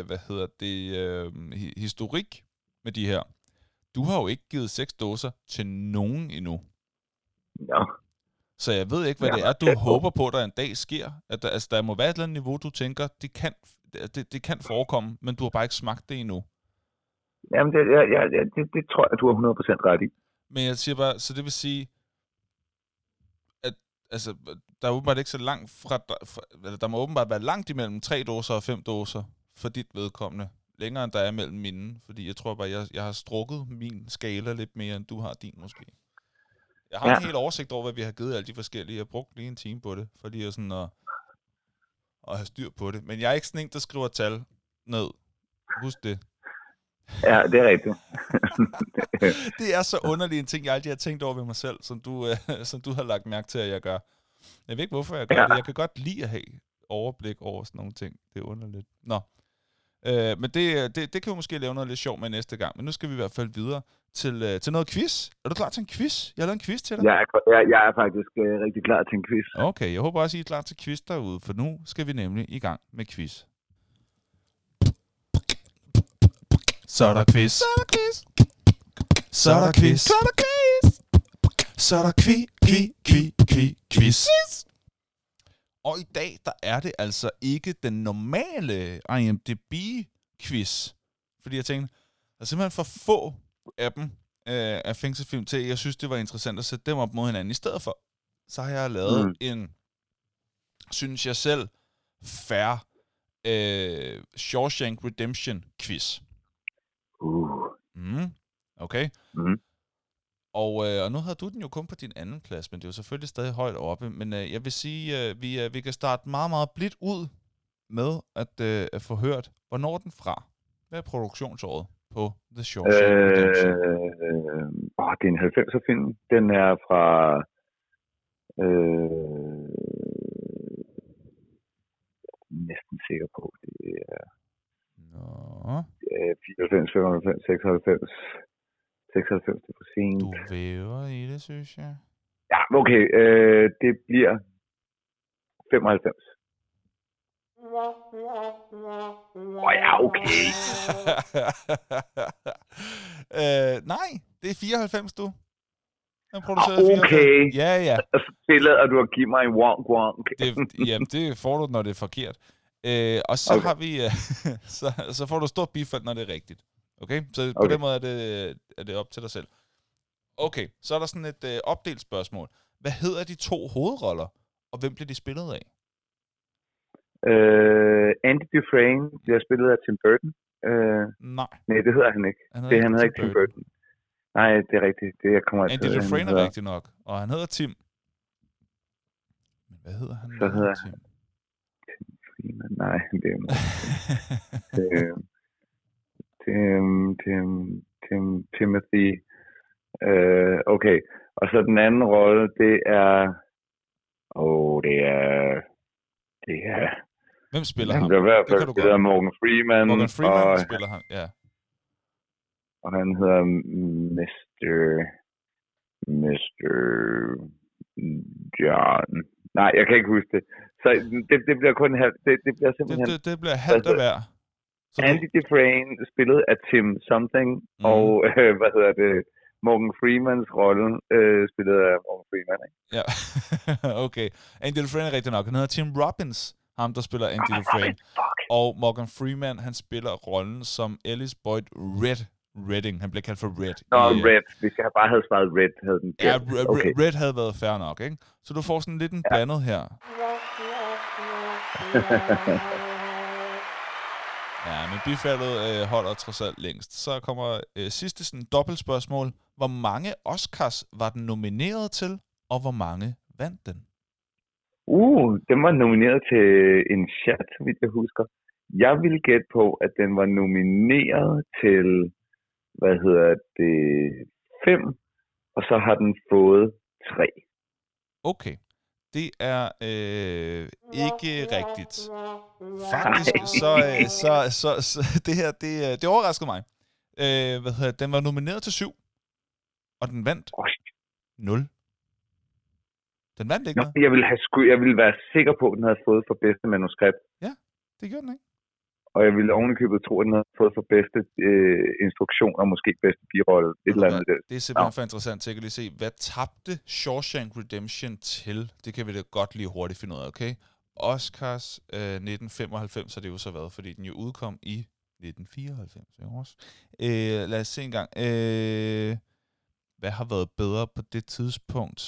historik med de her. Du har jo ikke givet 6 dåser til nogen endnu. Ja. Så jeg ved ikke, hvad det er, du håber på, der en dag sker. At der må være et eller andet niveau, du tænker, det kan forekomme, men du har bare ikke smagt det endnu. Jamen, det tror jeg, du har 100% ret i. Men jeg siger bare, så det vil sige, at altså, der er åbenbart ikke så langt eller der må åbenbart være langt imellem 3 dåser og 5 dåser for dit vedkommende. Længere end der er mellem mine, fordi jeg tror bare, jeg har strukket min skala lidt mere, end du har din måske. Jeg har en helt oversigt over, hvad vi har givet alle de forskellige. Jeg har brugt lige en time på det, for lige sådan at have styr på det. Men jeg er ikke sådan en, der skriver tal ned. Husk det. Ja, det er rigtigt. Det er så underligt en ting, jeg aldrig har tænkt over ved mig selv, som du har lagt mærke til, at jeg gør. Jeg ved ikke, hvorfor jeg gør det. Jeg kan godt lide at have overblik over sådan nogle ting. Det er underligt. Nå. Men det kan vi måske lave noget lidt sjovt med næste gang. Men nu skal vi i hvert fald videre til noget quiz. Er du klar til en quiz? Jeg har lavet en quiz til dig. Jeg er faktisk rigtig klar til en quiz. Okay, jeg håber også, I er klar til quiz derude, for nu skal vi nemlig i gang med quiz. Så er der quiz. Så er der quiz. Så er der quiz. Så er der quiz. Så er der quiz. Og i dag, der er det altså ikke den normale IMDb-quiz. Fordi jeg tænkte, der er simpelthen for få af dem af fængselsfilm til. Jeg synes, det var interessant at sætte dem op mod hinanden. I stedet for, så har jeg lavet en, synes jeg selv, fair Shawshank Redemption-quiz. Okay. Og nu havde du den jo kun på din anden plads, men det er jo selvfølgelig stadig højt oppe. Men jeg vil sige, vi kan starte meget, meget blidt ud med at få hørt, hvornår den fra. Hvad er produktionsåret på The Shawshank Redemption? Det er en 90'er film. Den er fra... næsten sikker på, det er... 94, 95, 96... 96, det er for sent. Du væver i det, synes jeg. Ja, okay. Det bliver 95. Ja, okay. Nej, det er 94, du. Den producerede okay. 94. Ja. Tillader du at give mig en wonk. Jamen, det får du, når det er forkert. Og så har vi... så får du stort bifald, når det er rigtigt. Okay? Så på den måde er det op til dig selv. Okay, så er der sådan et opdelt spørgsmål. Hvad hedder de 2 hovedroller, og hvem bliver de spillet af? Andy Dufresne bliver spillet af Tim Burton. Nej, det hedder han ikke. Han hedder ikke Tim Burton. Nej, det er rigtigt. Det jeg kommer Andy Dufresne er rigtigt nok, og han hedder Tim. Men hvad hedder han? Så hedder Tim Freeman. Nej, det er Timothy. Okay. Og så den anden rolle, det er... Det er... Hvem spiller ham? Det kan du godt. Morgan Freeman. Morgan Freeman spiller ham, ja. Og han hedder Mr. John. Nej, jeg kan ikke huske det. Så det bliver kun halvt. Det bliver simpelthen... Det bliver halvt af hver. Andy Dufresne spillet af Tim Something, og Morgan Freemans rolle spillet af Morgan Freeman, ikke? Ja, okay. Andy Dufresne er rigtig nok. Han hedder Tim Robbins, ham der spiller Andy Dufresne. Og Morgan Freeman, han spiller rollen som Ellis Boyd Redding. Han bliver kaldt for Red. Red. Hvis jeg bare havde svaret Red, havde den... Ja, Red havde været fair nok, ikke? Så du får sådan lidt en blandet her. Ja, men bifaldet holder trods alt længst. Så kommer sidste sådan dobbeltspørgsmål. Hvor mange Oscars var den nomineret til, og hvor mange vandt den? Den var nomineret til en chat, så vidt jeg husker. Jeg ville gætte på, at den var nomineret til, 5, og så har den fået 3. Okay. Det er ikke rigtigt. Faktisk, så det her, det overraskede mig. Den var nomineret til 7, og den vandt 0. Den vandt ikke noget. Jeg ville være sikker på, at den havde fået for bedste manuskript. Ja, det gjorde den ikke. Og jeg ville ovenikøbet tro, at den havde fået for bedste instruktion, og måske bedste birolle. Det er simpelthen for interessant. Jeg kan lige se, hvad tabte Shawshank Redemption til? Det kan vi da godt lige hurtigt finde ud af, okay? Oscars 1995 har det jo så været, fordi den jo udkom i 1994. Lad os se en gang. Hvad har været bedre på det tidspunkt?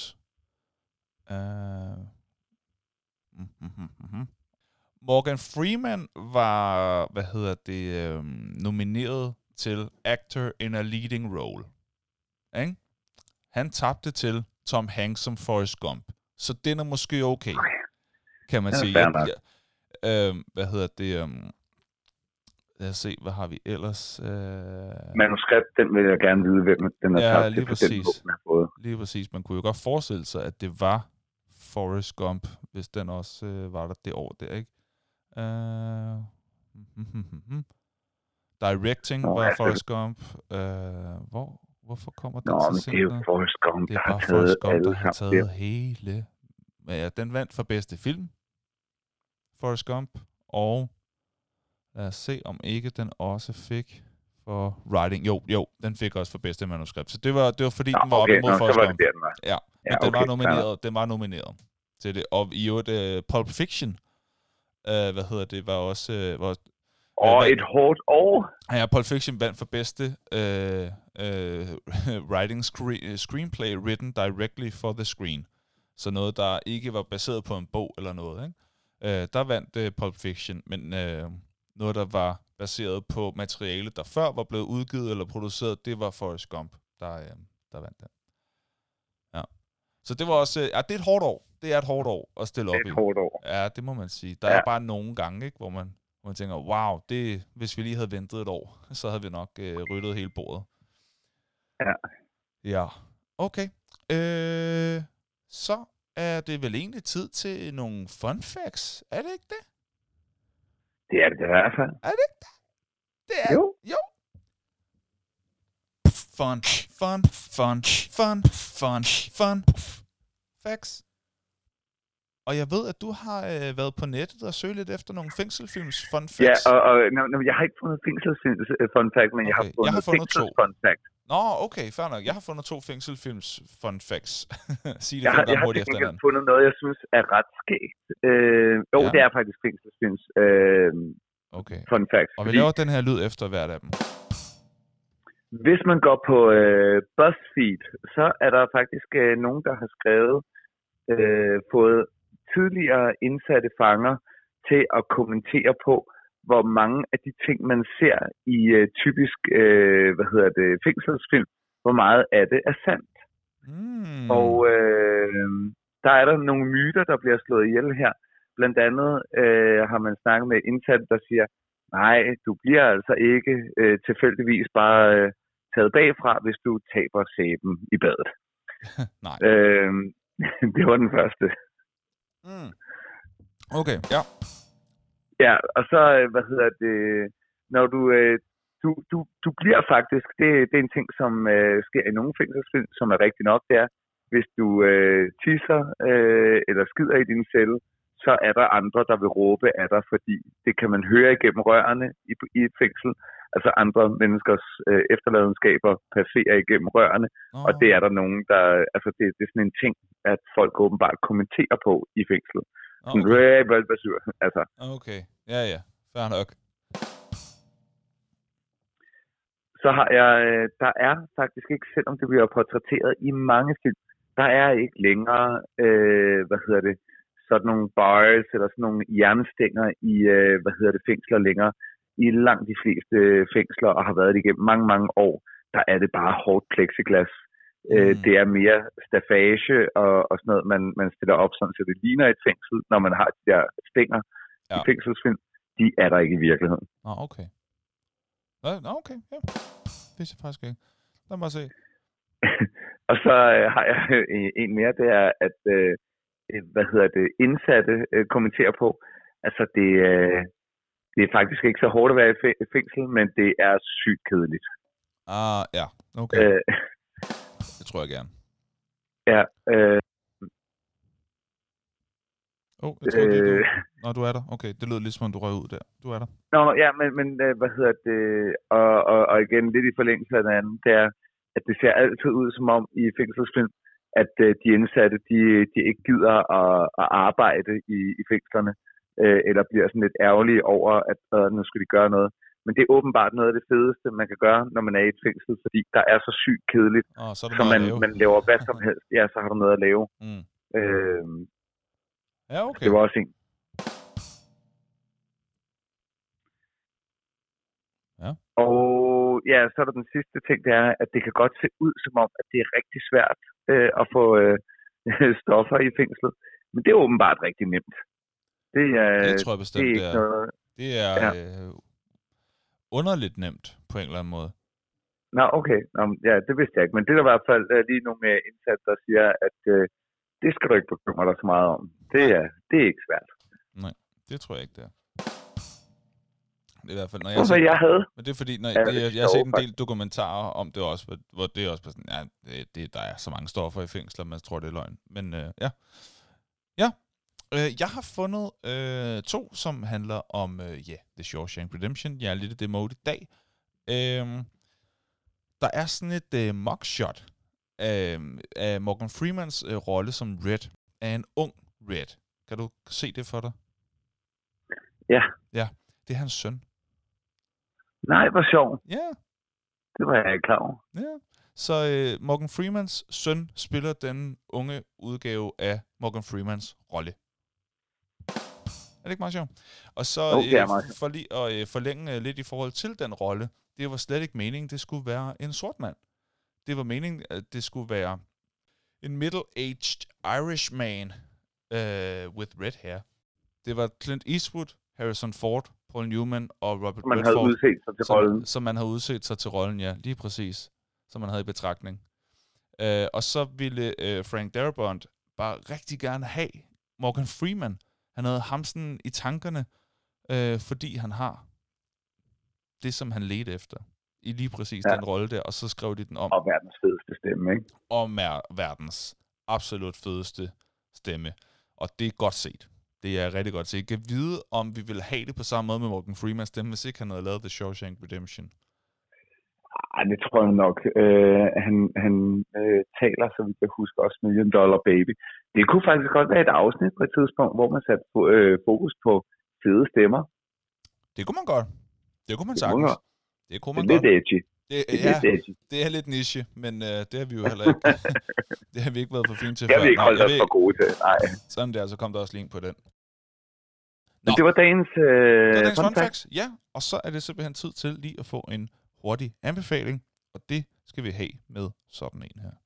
Morgan Freeman var, nomineret til Actor in a Leading Role. Ikke? Han tabte til Tom Hanks som Forrest Gump. Så den er måske okay, kan man sige. Lad os se, hvad har vi ellers? Manuskript, den vil jeg gerne vide, hvem den er tabt til, præcis. Den har fået. Lige præcis. Man kunne jo godt forestille sig, at det var Forrest Gump, hvis den også var der det år der, ikke? Directing var Forrest Gump. Hvorfor kommer den til sent? Det er jo Forrest Gump, det er bare Forrest Gump, der har taget hele. Men ja, den vandt for bedste film, Forrest Gump, og lad os se, om ikke den også fik for writing. Jo, den fik også for bedste manuskript. Så det var fordi, den var op imod Forrest Gump. Ja, men den var nomineret til det. Og i øvrigt, Pulp Fiction, var også... et hårdt år. Ja, Pulp Fiction vandt for bedste writing screenplay written directly for the screen. Så noget, der ikke var baseret på en bog eller noget, ikke? Der vandt Pulp Fiction, men noget, der var baseret på materiale, der før var blevet udgivet eller produceret, det var Forrest Gump, der vandt den. Ja. Så det var også... det er et hårdt år. Det er et hårdt år at stille op i. Det er et hårdt år. Ja, det må man sige. Der er bare nogle gange, ikke, hvor man tænker, wow, hvis vi lige havde ventet et år, så havde vi nok ryddet hele bordet. Ja. Ja. Okay. Så er det vel egentlig tid til nogle fun facts. Er det ikke det? Det er det i hvert fald. Er det ikke det? Det er jo. Fun facts. Og jeg ved, at du har været på nettet og søgt lidt efter nogle fængselsfilms fun facts. Ja, og jeg har ikke fundet fængselsfilms fun facts, men jeg har fundet to fun facts. Nå, okay, fair nok. Jeg har fundet 2 fængselsfilms fun facts. Sig det jeg har fundet noget, jeg synes er ret skægt. Det er faktisk fængselsfilms fun facts. Og vi laver den her lyd efter hvert af dem. Hvis man går på BuzzFeed, så er der faktisk nogen, der har skrevet, fået tidligere indsatte fanger til at kommentere på, hvor mange af de ting, man ser i typisk fængselsfilm, hvor meget af det er sandt. Og der er der nogle myter, der bliver slået ihjel her. Blandt andet har man snakket med indsatte, der siger, nej, du bliver altså ikke tilfældigvis bare taget bagfra, hvis du taber sæben i badet. Nej. Det var den første. Okay, ja. Ja, og så, når du bliver faktisk, det er en ting, som sker i nogle fængselsfilm, som er rigtig nok, det er, hvis du tisser eller skider i din celle, så er der andre, der vil råbe af dig, fordi det kan man høre igennem rørene i et fængsel. Altså andre menneskers efterladenskaber passerer igennem rørene, og det er der nogen, der... Altså det er sådan en ting, at folk åbenbart kommenterer på i fængslet. Altså. Okay, ja, fair nok. Så har jeg... Der er faktisk ikke, selvom det bliver portrætteret i mange film, der er ikke længere, sådan nogle bars eller sådan nogle jernstænger i, fængsler længere. i langt de fleste fængsler, og har været det igennem mange, mange år, der er det bare hårdt plexiglas. Det er mere staffage og sådan noget, man stiller op, sådan, så det ligner et fængsel, når man har de der stænger i fængselsfilm. De er der ikke i virkeligheden. Okay. Okay, ja. Det er faktisk ikke. Lad mig se. Og så har jeg en mere, det er, at indsatte kommenterer på. Altså, det er faktisk ikke så hårdt at være i fængsel, men det er sygt kedeligt. Ja. Okay. Det tror jeg gerne. Ja. Jeg tror, det er du. Du er der. Okay, det lød lidt som om du røg ud der. Du er der. Ja, men og igen, lidt i forlængelse af den anden, det er, at det ser altid ud som om i fængselsfilm, at de indsatte, de ikke gider at arbejde i fængslerne, eller bliver sådan lidt ærgerlige over, at nu skal de gøre noget. Men det er åbenbart noget af det fedeste, man kan gøre, når man er i et fængsel, fordi der er så sygt kedeligt, så man laver hvad som helst. Ja, så har du noget at lave. Ja, okay. Det var også en. Ja. Og ja, så er der den sidste ting, det er, at det kan godt se ud som om, at det er rigtig svært at få stoffer i fængslet. Men det er åbenbart rigtig nemt. Det tror jeg bestemt, det er underligt nemt på en eller anden måde. Nå, okay. Ja, det vidste jeg ikke. Men det er der i hvert fald lige nogle indsatser, der siger, at det skal du ikke bekymre dig så meget om. Det er ikke svært. Nej, det tror jeg ikke, det er. Det er i hvert fald, når jeg havde. Men det er fordi, jeg har set en del dokumentarer om det også, hvor det er også sådan, der er så mange stoffer i fængsler, man tror, det er løgn. Men ja. Ja. Jeg har fundet 2, som handler om, The Shawshank Redemption. Jeg er lidt i det mode i dag. Der er sådan et mugshot af Morgan Freemans rolle som Red, af en ung Red. Kan du se det for dig? Ja. Ja, det er hans søn. Nej, hvor sjovt. Ja. Det var jeg ikke klar over. Ja. Så Morgan Freemans søn spiller den unge udgave af Morgan Freemans rolle. Er det ikke meget sjovt? Og så for lige at forlænge lidt i forhold til den rolle, det var slet ikke meningen, det skulle være en sort mand. Det var meningen, at det skulle være en middle-aged Irishman with red hair. Det var Clint Eastwood, Harrison Ford, Paul Newman og Robert Redford. Man havde udset sig til rollen. Som man havde udset sig til rollen, ja. Lige præcis. Som man havde i betragtning. Og så ville Frank Darabont bare rigtig gerne have Morgan Freeman. Han havde ham sådan i tankerne, fordi han har det, som han ledte efter. I lige præcis den rolle der, og så skrev de den om. Og verdens fedeste stemme, ikke? Om verdens absolut fedeste stemme. Og det er godt set. Det er rigtig godt set. Jeg kan vide, om vi vil have det på samme måde med Morgan Freemans stemme, hvis ikke han havde lavet The Shawshank Redemption. Det tror jeg nok. Han taler, så vidt jeg husker, også $1 Million Baby. Det kunne faktisk godt være et afsnit på et tidspunkt, hvor man satte fokus på fede stemmer. Det kunne man godt. Det kunne man sagtens. Det kunne man godt. Det er lidt edgy. Det er lidt niche, men det har vi jo heller ikke. Det har vi ikke været for fint til før. Det har vi ikke holdt os for gode til. Nej. Sådan der, så kom der også link på den. Men det var dagens fun facts. Ja, og så er det simpelthen tid til lige at få en hurtig anbefaling, og det skal vi have med sådan en her.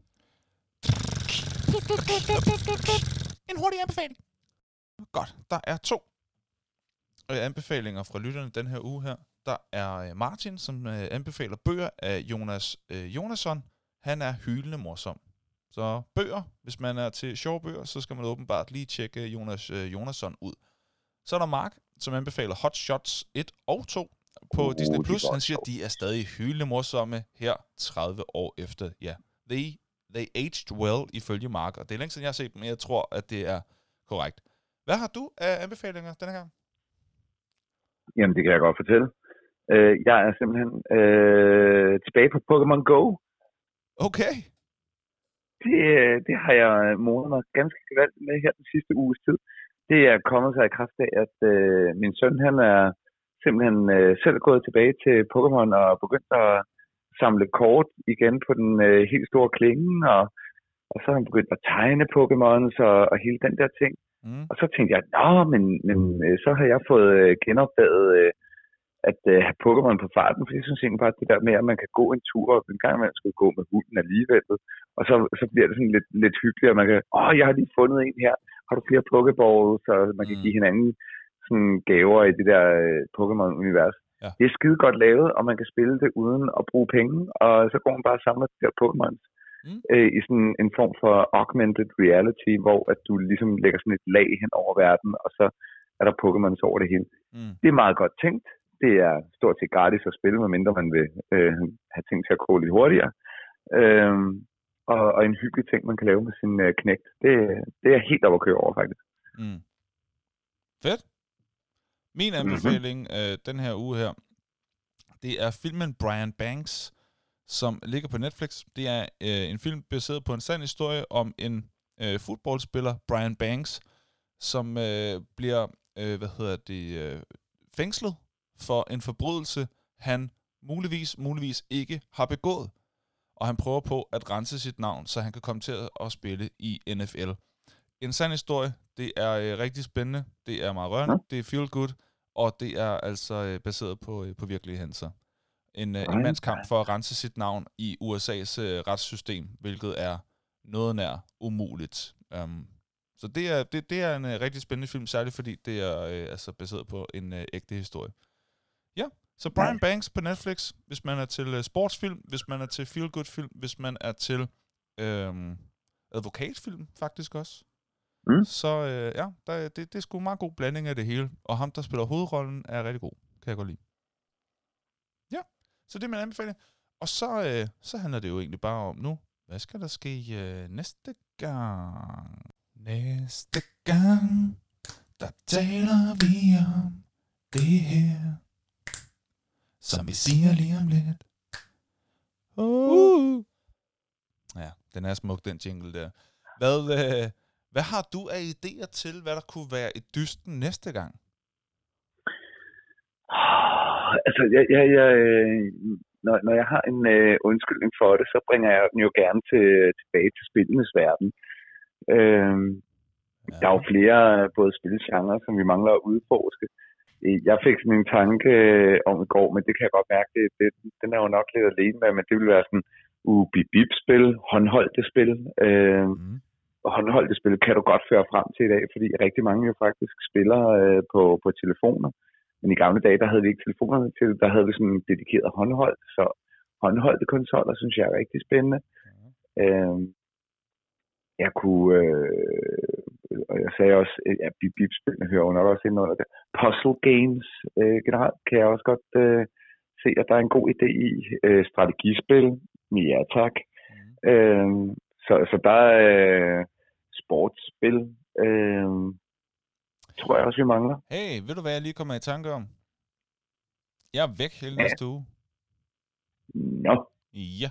En hurtig anbefaling. Godt, der er 2 anbefalinger fra lytterne den her uge her. Der er Martin, som anbefaler bøger af Jonas Jonasson. Han er hylende morsom. Så bøger, hvis man er til sjove bøger, så skal man åbenbart lige tjekke Jonas Jonasson ud. Så er der Mark, som anbefaler Hot Shots 1 og 2 på Disney+. Han siger, at de er stadig hylende morsomme her 30 år efter. Ja, they aged well, ifølge Mark. Og det er længe siden, jeg har set dem, men jeg tror, at det er korrekt. Hvad har du af anbefalinger denne gang? Jamen, det kan jeg godt fortælle. Jeg er simpelthen tilbage på Pokémon Go. Okay. Det har jeg modet mig ganske gevaldigt med her den sidste uges tid. Det er kommet sig i kraft af, at min søn, han er simpelthen selv gået tilbage til Pokémon og begyndt at samle kort igen på den helt store klinge, og så har han begyndt at tegne Pokémons og hele den der ting. Og så tænkte jeg, men så har jeg fået genopdaget at have Pokémon på farten, for jeg synes egentlig bare, det der med, at man kan gå en tur, og en gang man skal gå med hunden alligevel, og så bliver det sådan lidt hyggeligt, og man kan, jeg har lige fundet en her, har du flere Pokéballs, så man kan give hinanden sådan gaver i det der Pokémon-univers. Ja. Det er skide godt lavet, og man kan spille det uden at bruge penge, og så går man bare og samler de der Pokémons i sådan en form for augmented reality, hvor at du ligesom lægger sådan et lag hen over verden, og så er der Pokémons over det hele. Det er meget godt tænkt. Det er stort set gratis at spille, medmindre man vil have ting til at gå lidt hurtigere. Og en hyggelig ting, man kan lave med sin knægt. Det er helt op at køre over, faktisk. Fedt. Min anbefaling den her uge her, det er filmen Brian Banks, som ligger på Netflix. Det er en film baseret på en sand historie om en fodboldspiller, Brian Banks, som bliver fængslet for en forbrydelse, han muligvis ikke har begået. Og han prøver på at rense sit navn, så han kan komme til at spille i NFL. En sand historie. Det er rigtig spændende. Det er meget rørende. Det er feel good. Og det er altså baseret på virkelige hændelser. En mands kamp for at rense sit navn i USA's retssystem, hvilket er noget nær umuligt. Så det er en rigtig spændende film, særligt fordi det er altså baseret på en ægte historie. Ja, så Brian Banks på Netflix, hvis man er til sportsfilm, hvis man er til feel-good-film, hvis man er til advokatfilm faktisk også. Så det er sgu en meget god blanding af det hele. Og ham, der spiller hovedrollen, er rigtig god. Kan jeg godt lide. Ja, så det er min anbefaling. Og så handler det jo egentlig bare om nu. Hvad skal der ske næste gang? Næste gang, der taler vi om det her, som vi siger lige om lidt. Ja, den er smuk, den jingle der. Hvad har du af idéer til, hvad der kunne være et dysten næste gang? Altså, når jeg har en undskyldning for det, så bringer jeg den jo gerne tilbage til spillenes verden. Der er jo flere både spilgenre, som vi mangler at udforske. Jeg fik sådan en tanke om i går, men det kan jeg godt mærke, den er jo nok lidt alene med, men det vil være sådan bip-spil, håndholdte spil. Og håndholdte spil kan du godt føre frem til i dag, fordi rigtig mange jo faktisk spiller på telefoner. Men i gamle dage, der havde vi ikke telefonerne til, der havde vi sådan en dedikeret håndholdt, så håndholdte konsoller synes jeg er rigtig spændende. Jeg kunne, og jeg sagde også, at bip-spillene hører jo nok også ind under det. Puzzle games generelt kan jeg også godt se, at der er en god idé i. Strategispil, ja tak. Så der er sportsspil, tror jeg også, vi mangler. Hey, ved du hvad jeg lige kommer i tanke om? Jeg er væk hele næste uge. Nå. Ja.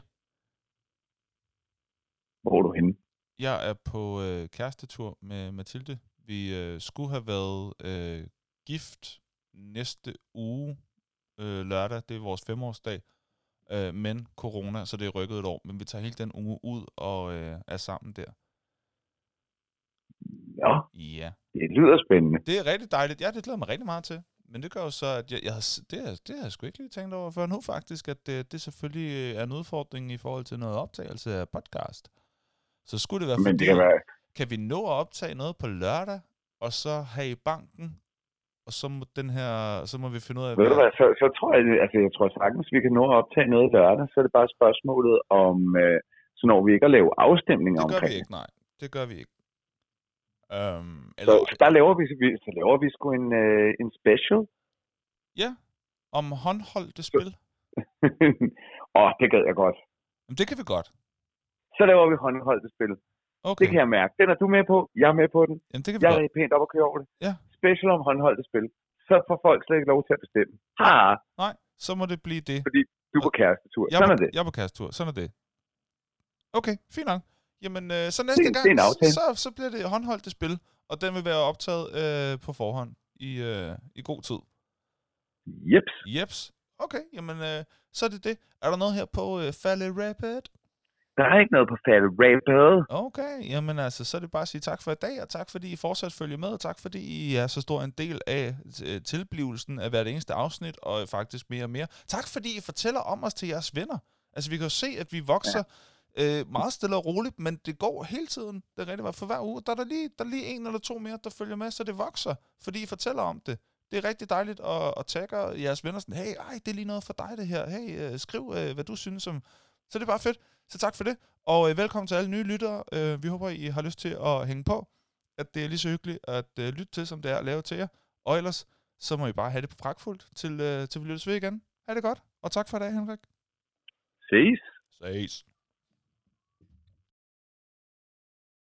Hvor er du henne? Jeg er på kærestetur med Mathilde. Vi skulle have været gift næste uge lørdag. Det er vores 5-årsdag. Men corona, så det er rykket et år. Men vi tager hele den uge ud og er sammen der. Ja, det lyder spændende. Det er rigtig dejligt. Ja, det glæder mig rigtig meget til. Men det gør jo så, at det har jeg sgu ikke lige tænkt over før nu faktisk, at det selvfølgelig er en udfordring i forhold til noget optagelse af podcast. Så skulle det være fordi, kan vi nå at optage noget på lørdag, og så have i banken, og så må vi finde ud af... Ved du hvad, så tror jeg tror sagtens, vi kan nå at optage noget lørdag, så er det bare spørgsmålet om, så når vi ikke at lave afstemninger omkring. Det gør vi ikke, nej. Det gør vi ikke. Så der laver vi sgu en special. Ja, om håndholdte spil. Det gad jeg godt. Men det kan vi godt. Så laver vi håndholdte spil. Okay. Det kan jeg mærke. Den er du med på. Jeg er med på den. Jamen, det kan vi jeg godt. er pænt op at køre over det. Ja. Special om håndholdte spil. Så får folk slet ikke lov til at bestemme. Nej, så må det blive det. Fordi du er på kærestetur. Sådan er det. Jeg er på kærestetur. Sådan er det. Okay, fint nok. Jamen, så næste gang, så bliver det håndholdte spil, og den vil være optaget på forhånd i god tid. Jeps. Okay, jamen, så er det det. Er der noget her på Falle Rapid? Der er ikke noget på faldet. Okay, jamen altså, så er det bare at sige tak for i dag, og tak fordi I fortsat følger med, og tak fordi I er så stor en del af tilblivelsen af hvert eneste afsnit, og faktisk mere og mere. Tak fordi I fortæller om os til jeres venner. Altså, vi kan jo se, at vi vokser meget stille og roligt, men det går hele tiden. Det er rigtig, for hver uge, der er lige en eller to mere, der følger med, så det vokser, fordi I fortæller om det. Det er rigtig dejligt at tagge jeres venner sådan, hey, det er lige noget for dig det her. Hey, skriv, hvad du synes om. Så det er bare fedt. Så tak for det. Og velkommen til alle nye lyttere. Vi håber, I har lyst til at hænge på. At det er lige så hyggeligt at lytte til, som det er at lave til jer. Og ellers, så må I bare have det pragtfuldt, til vi lyttes ved igen. Ha' det godt. Og tak for i dag, Henrik. Ses. Ses.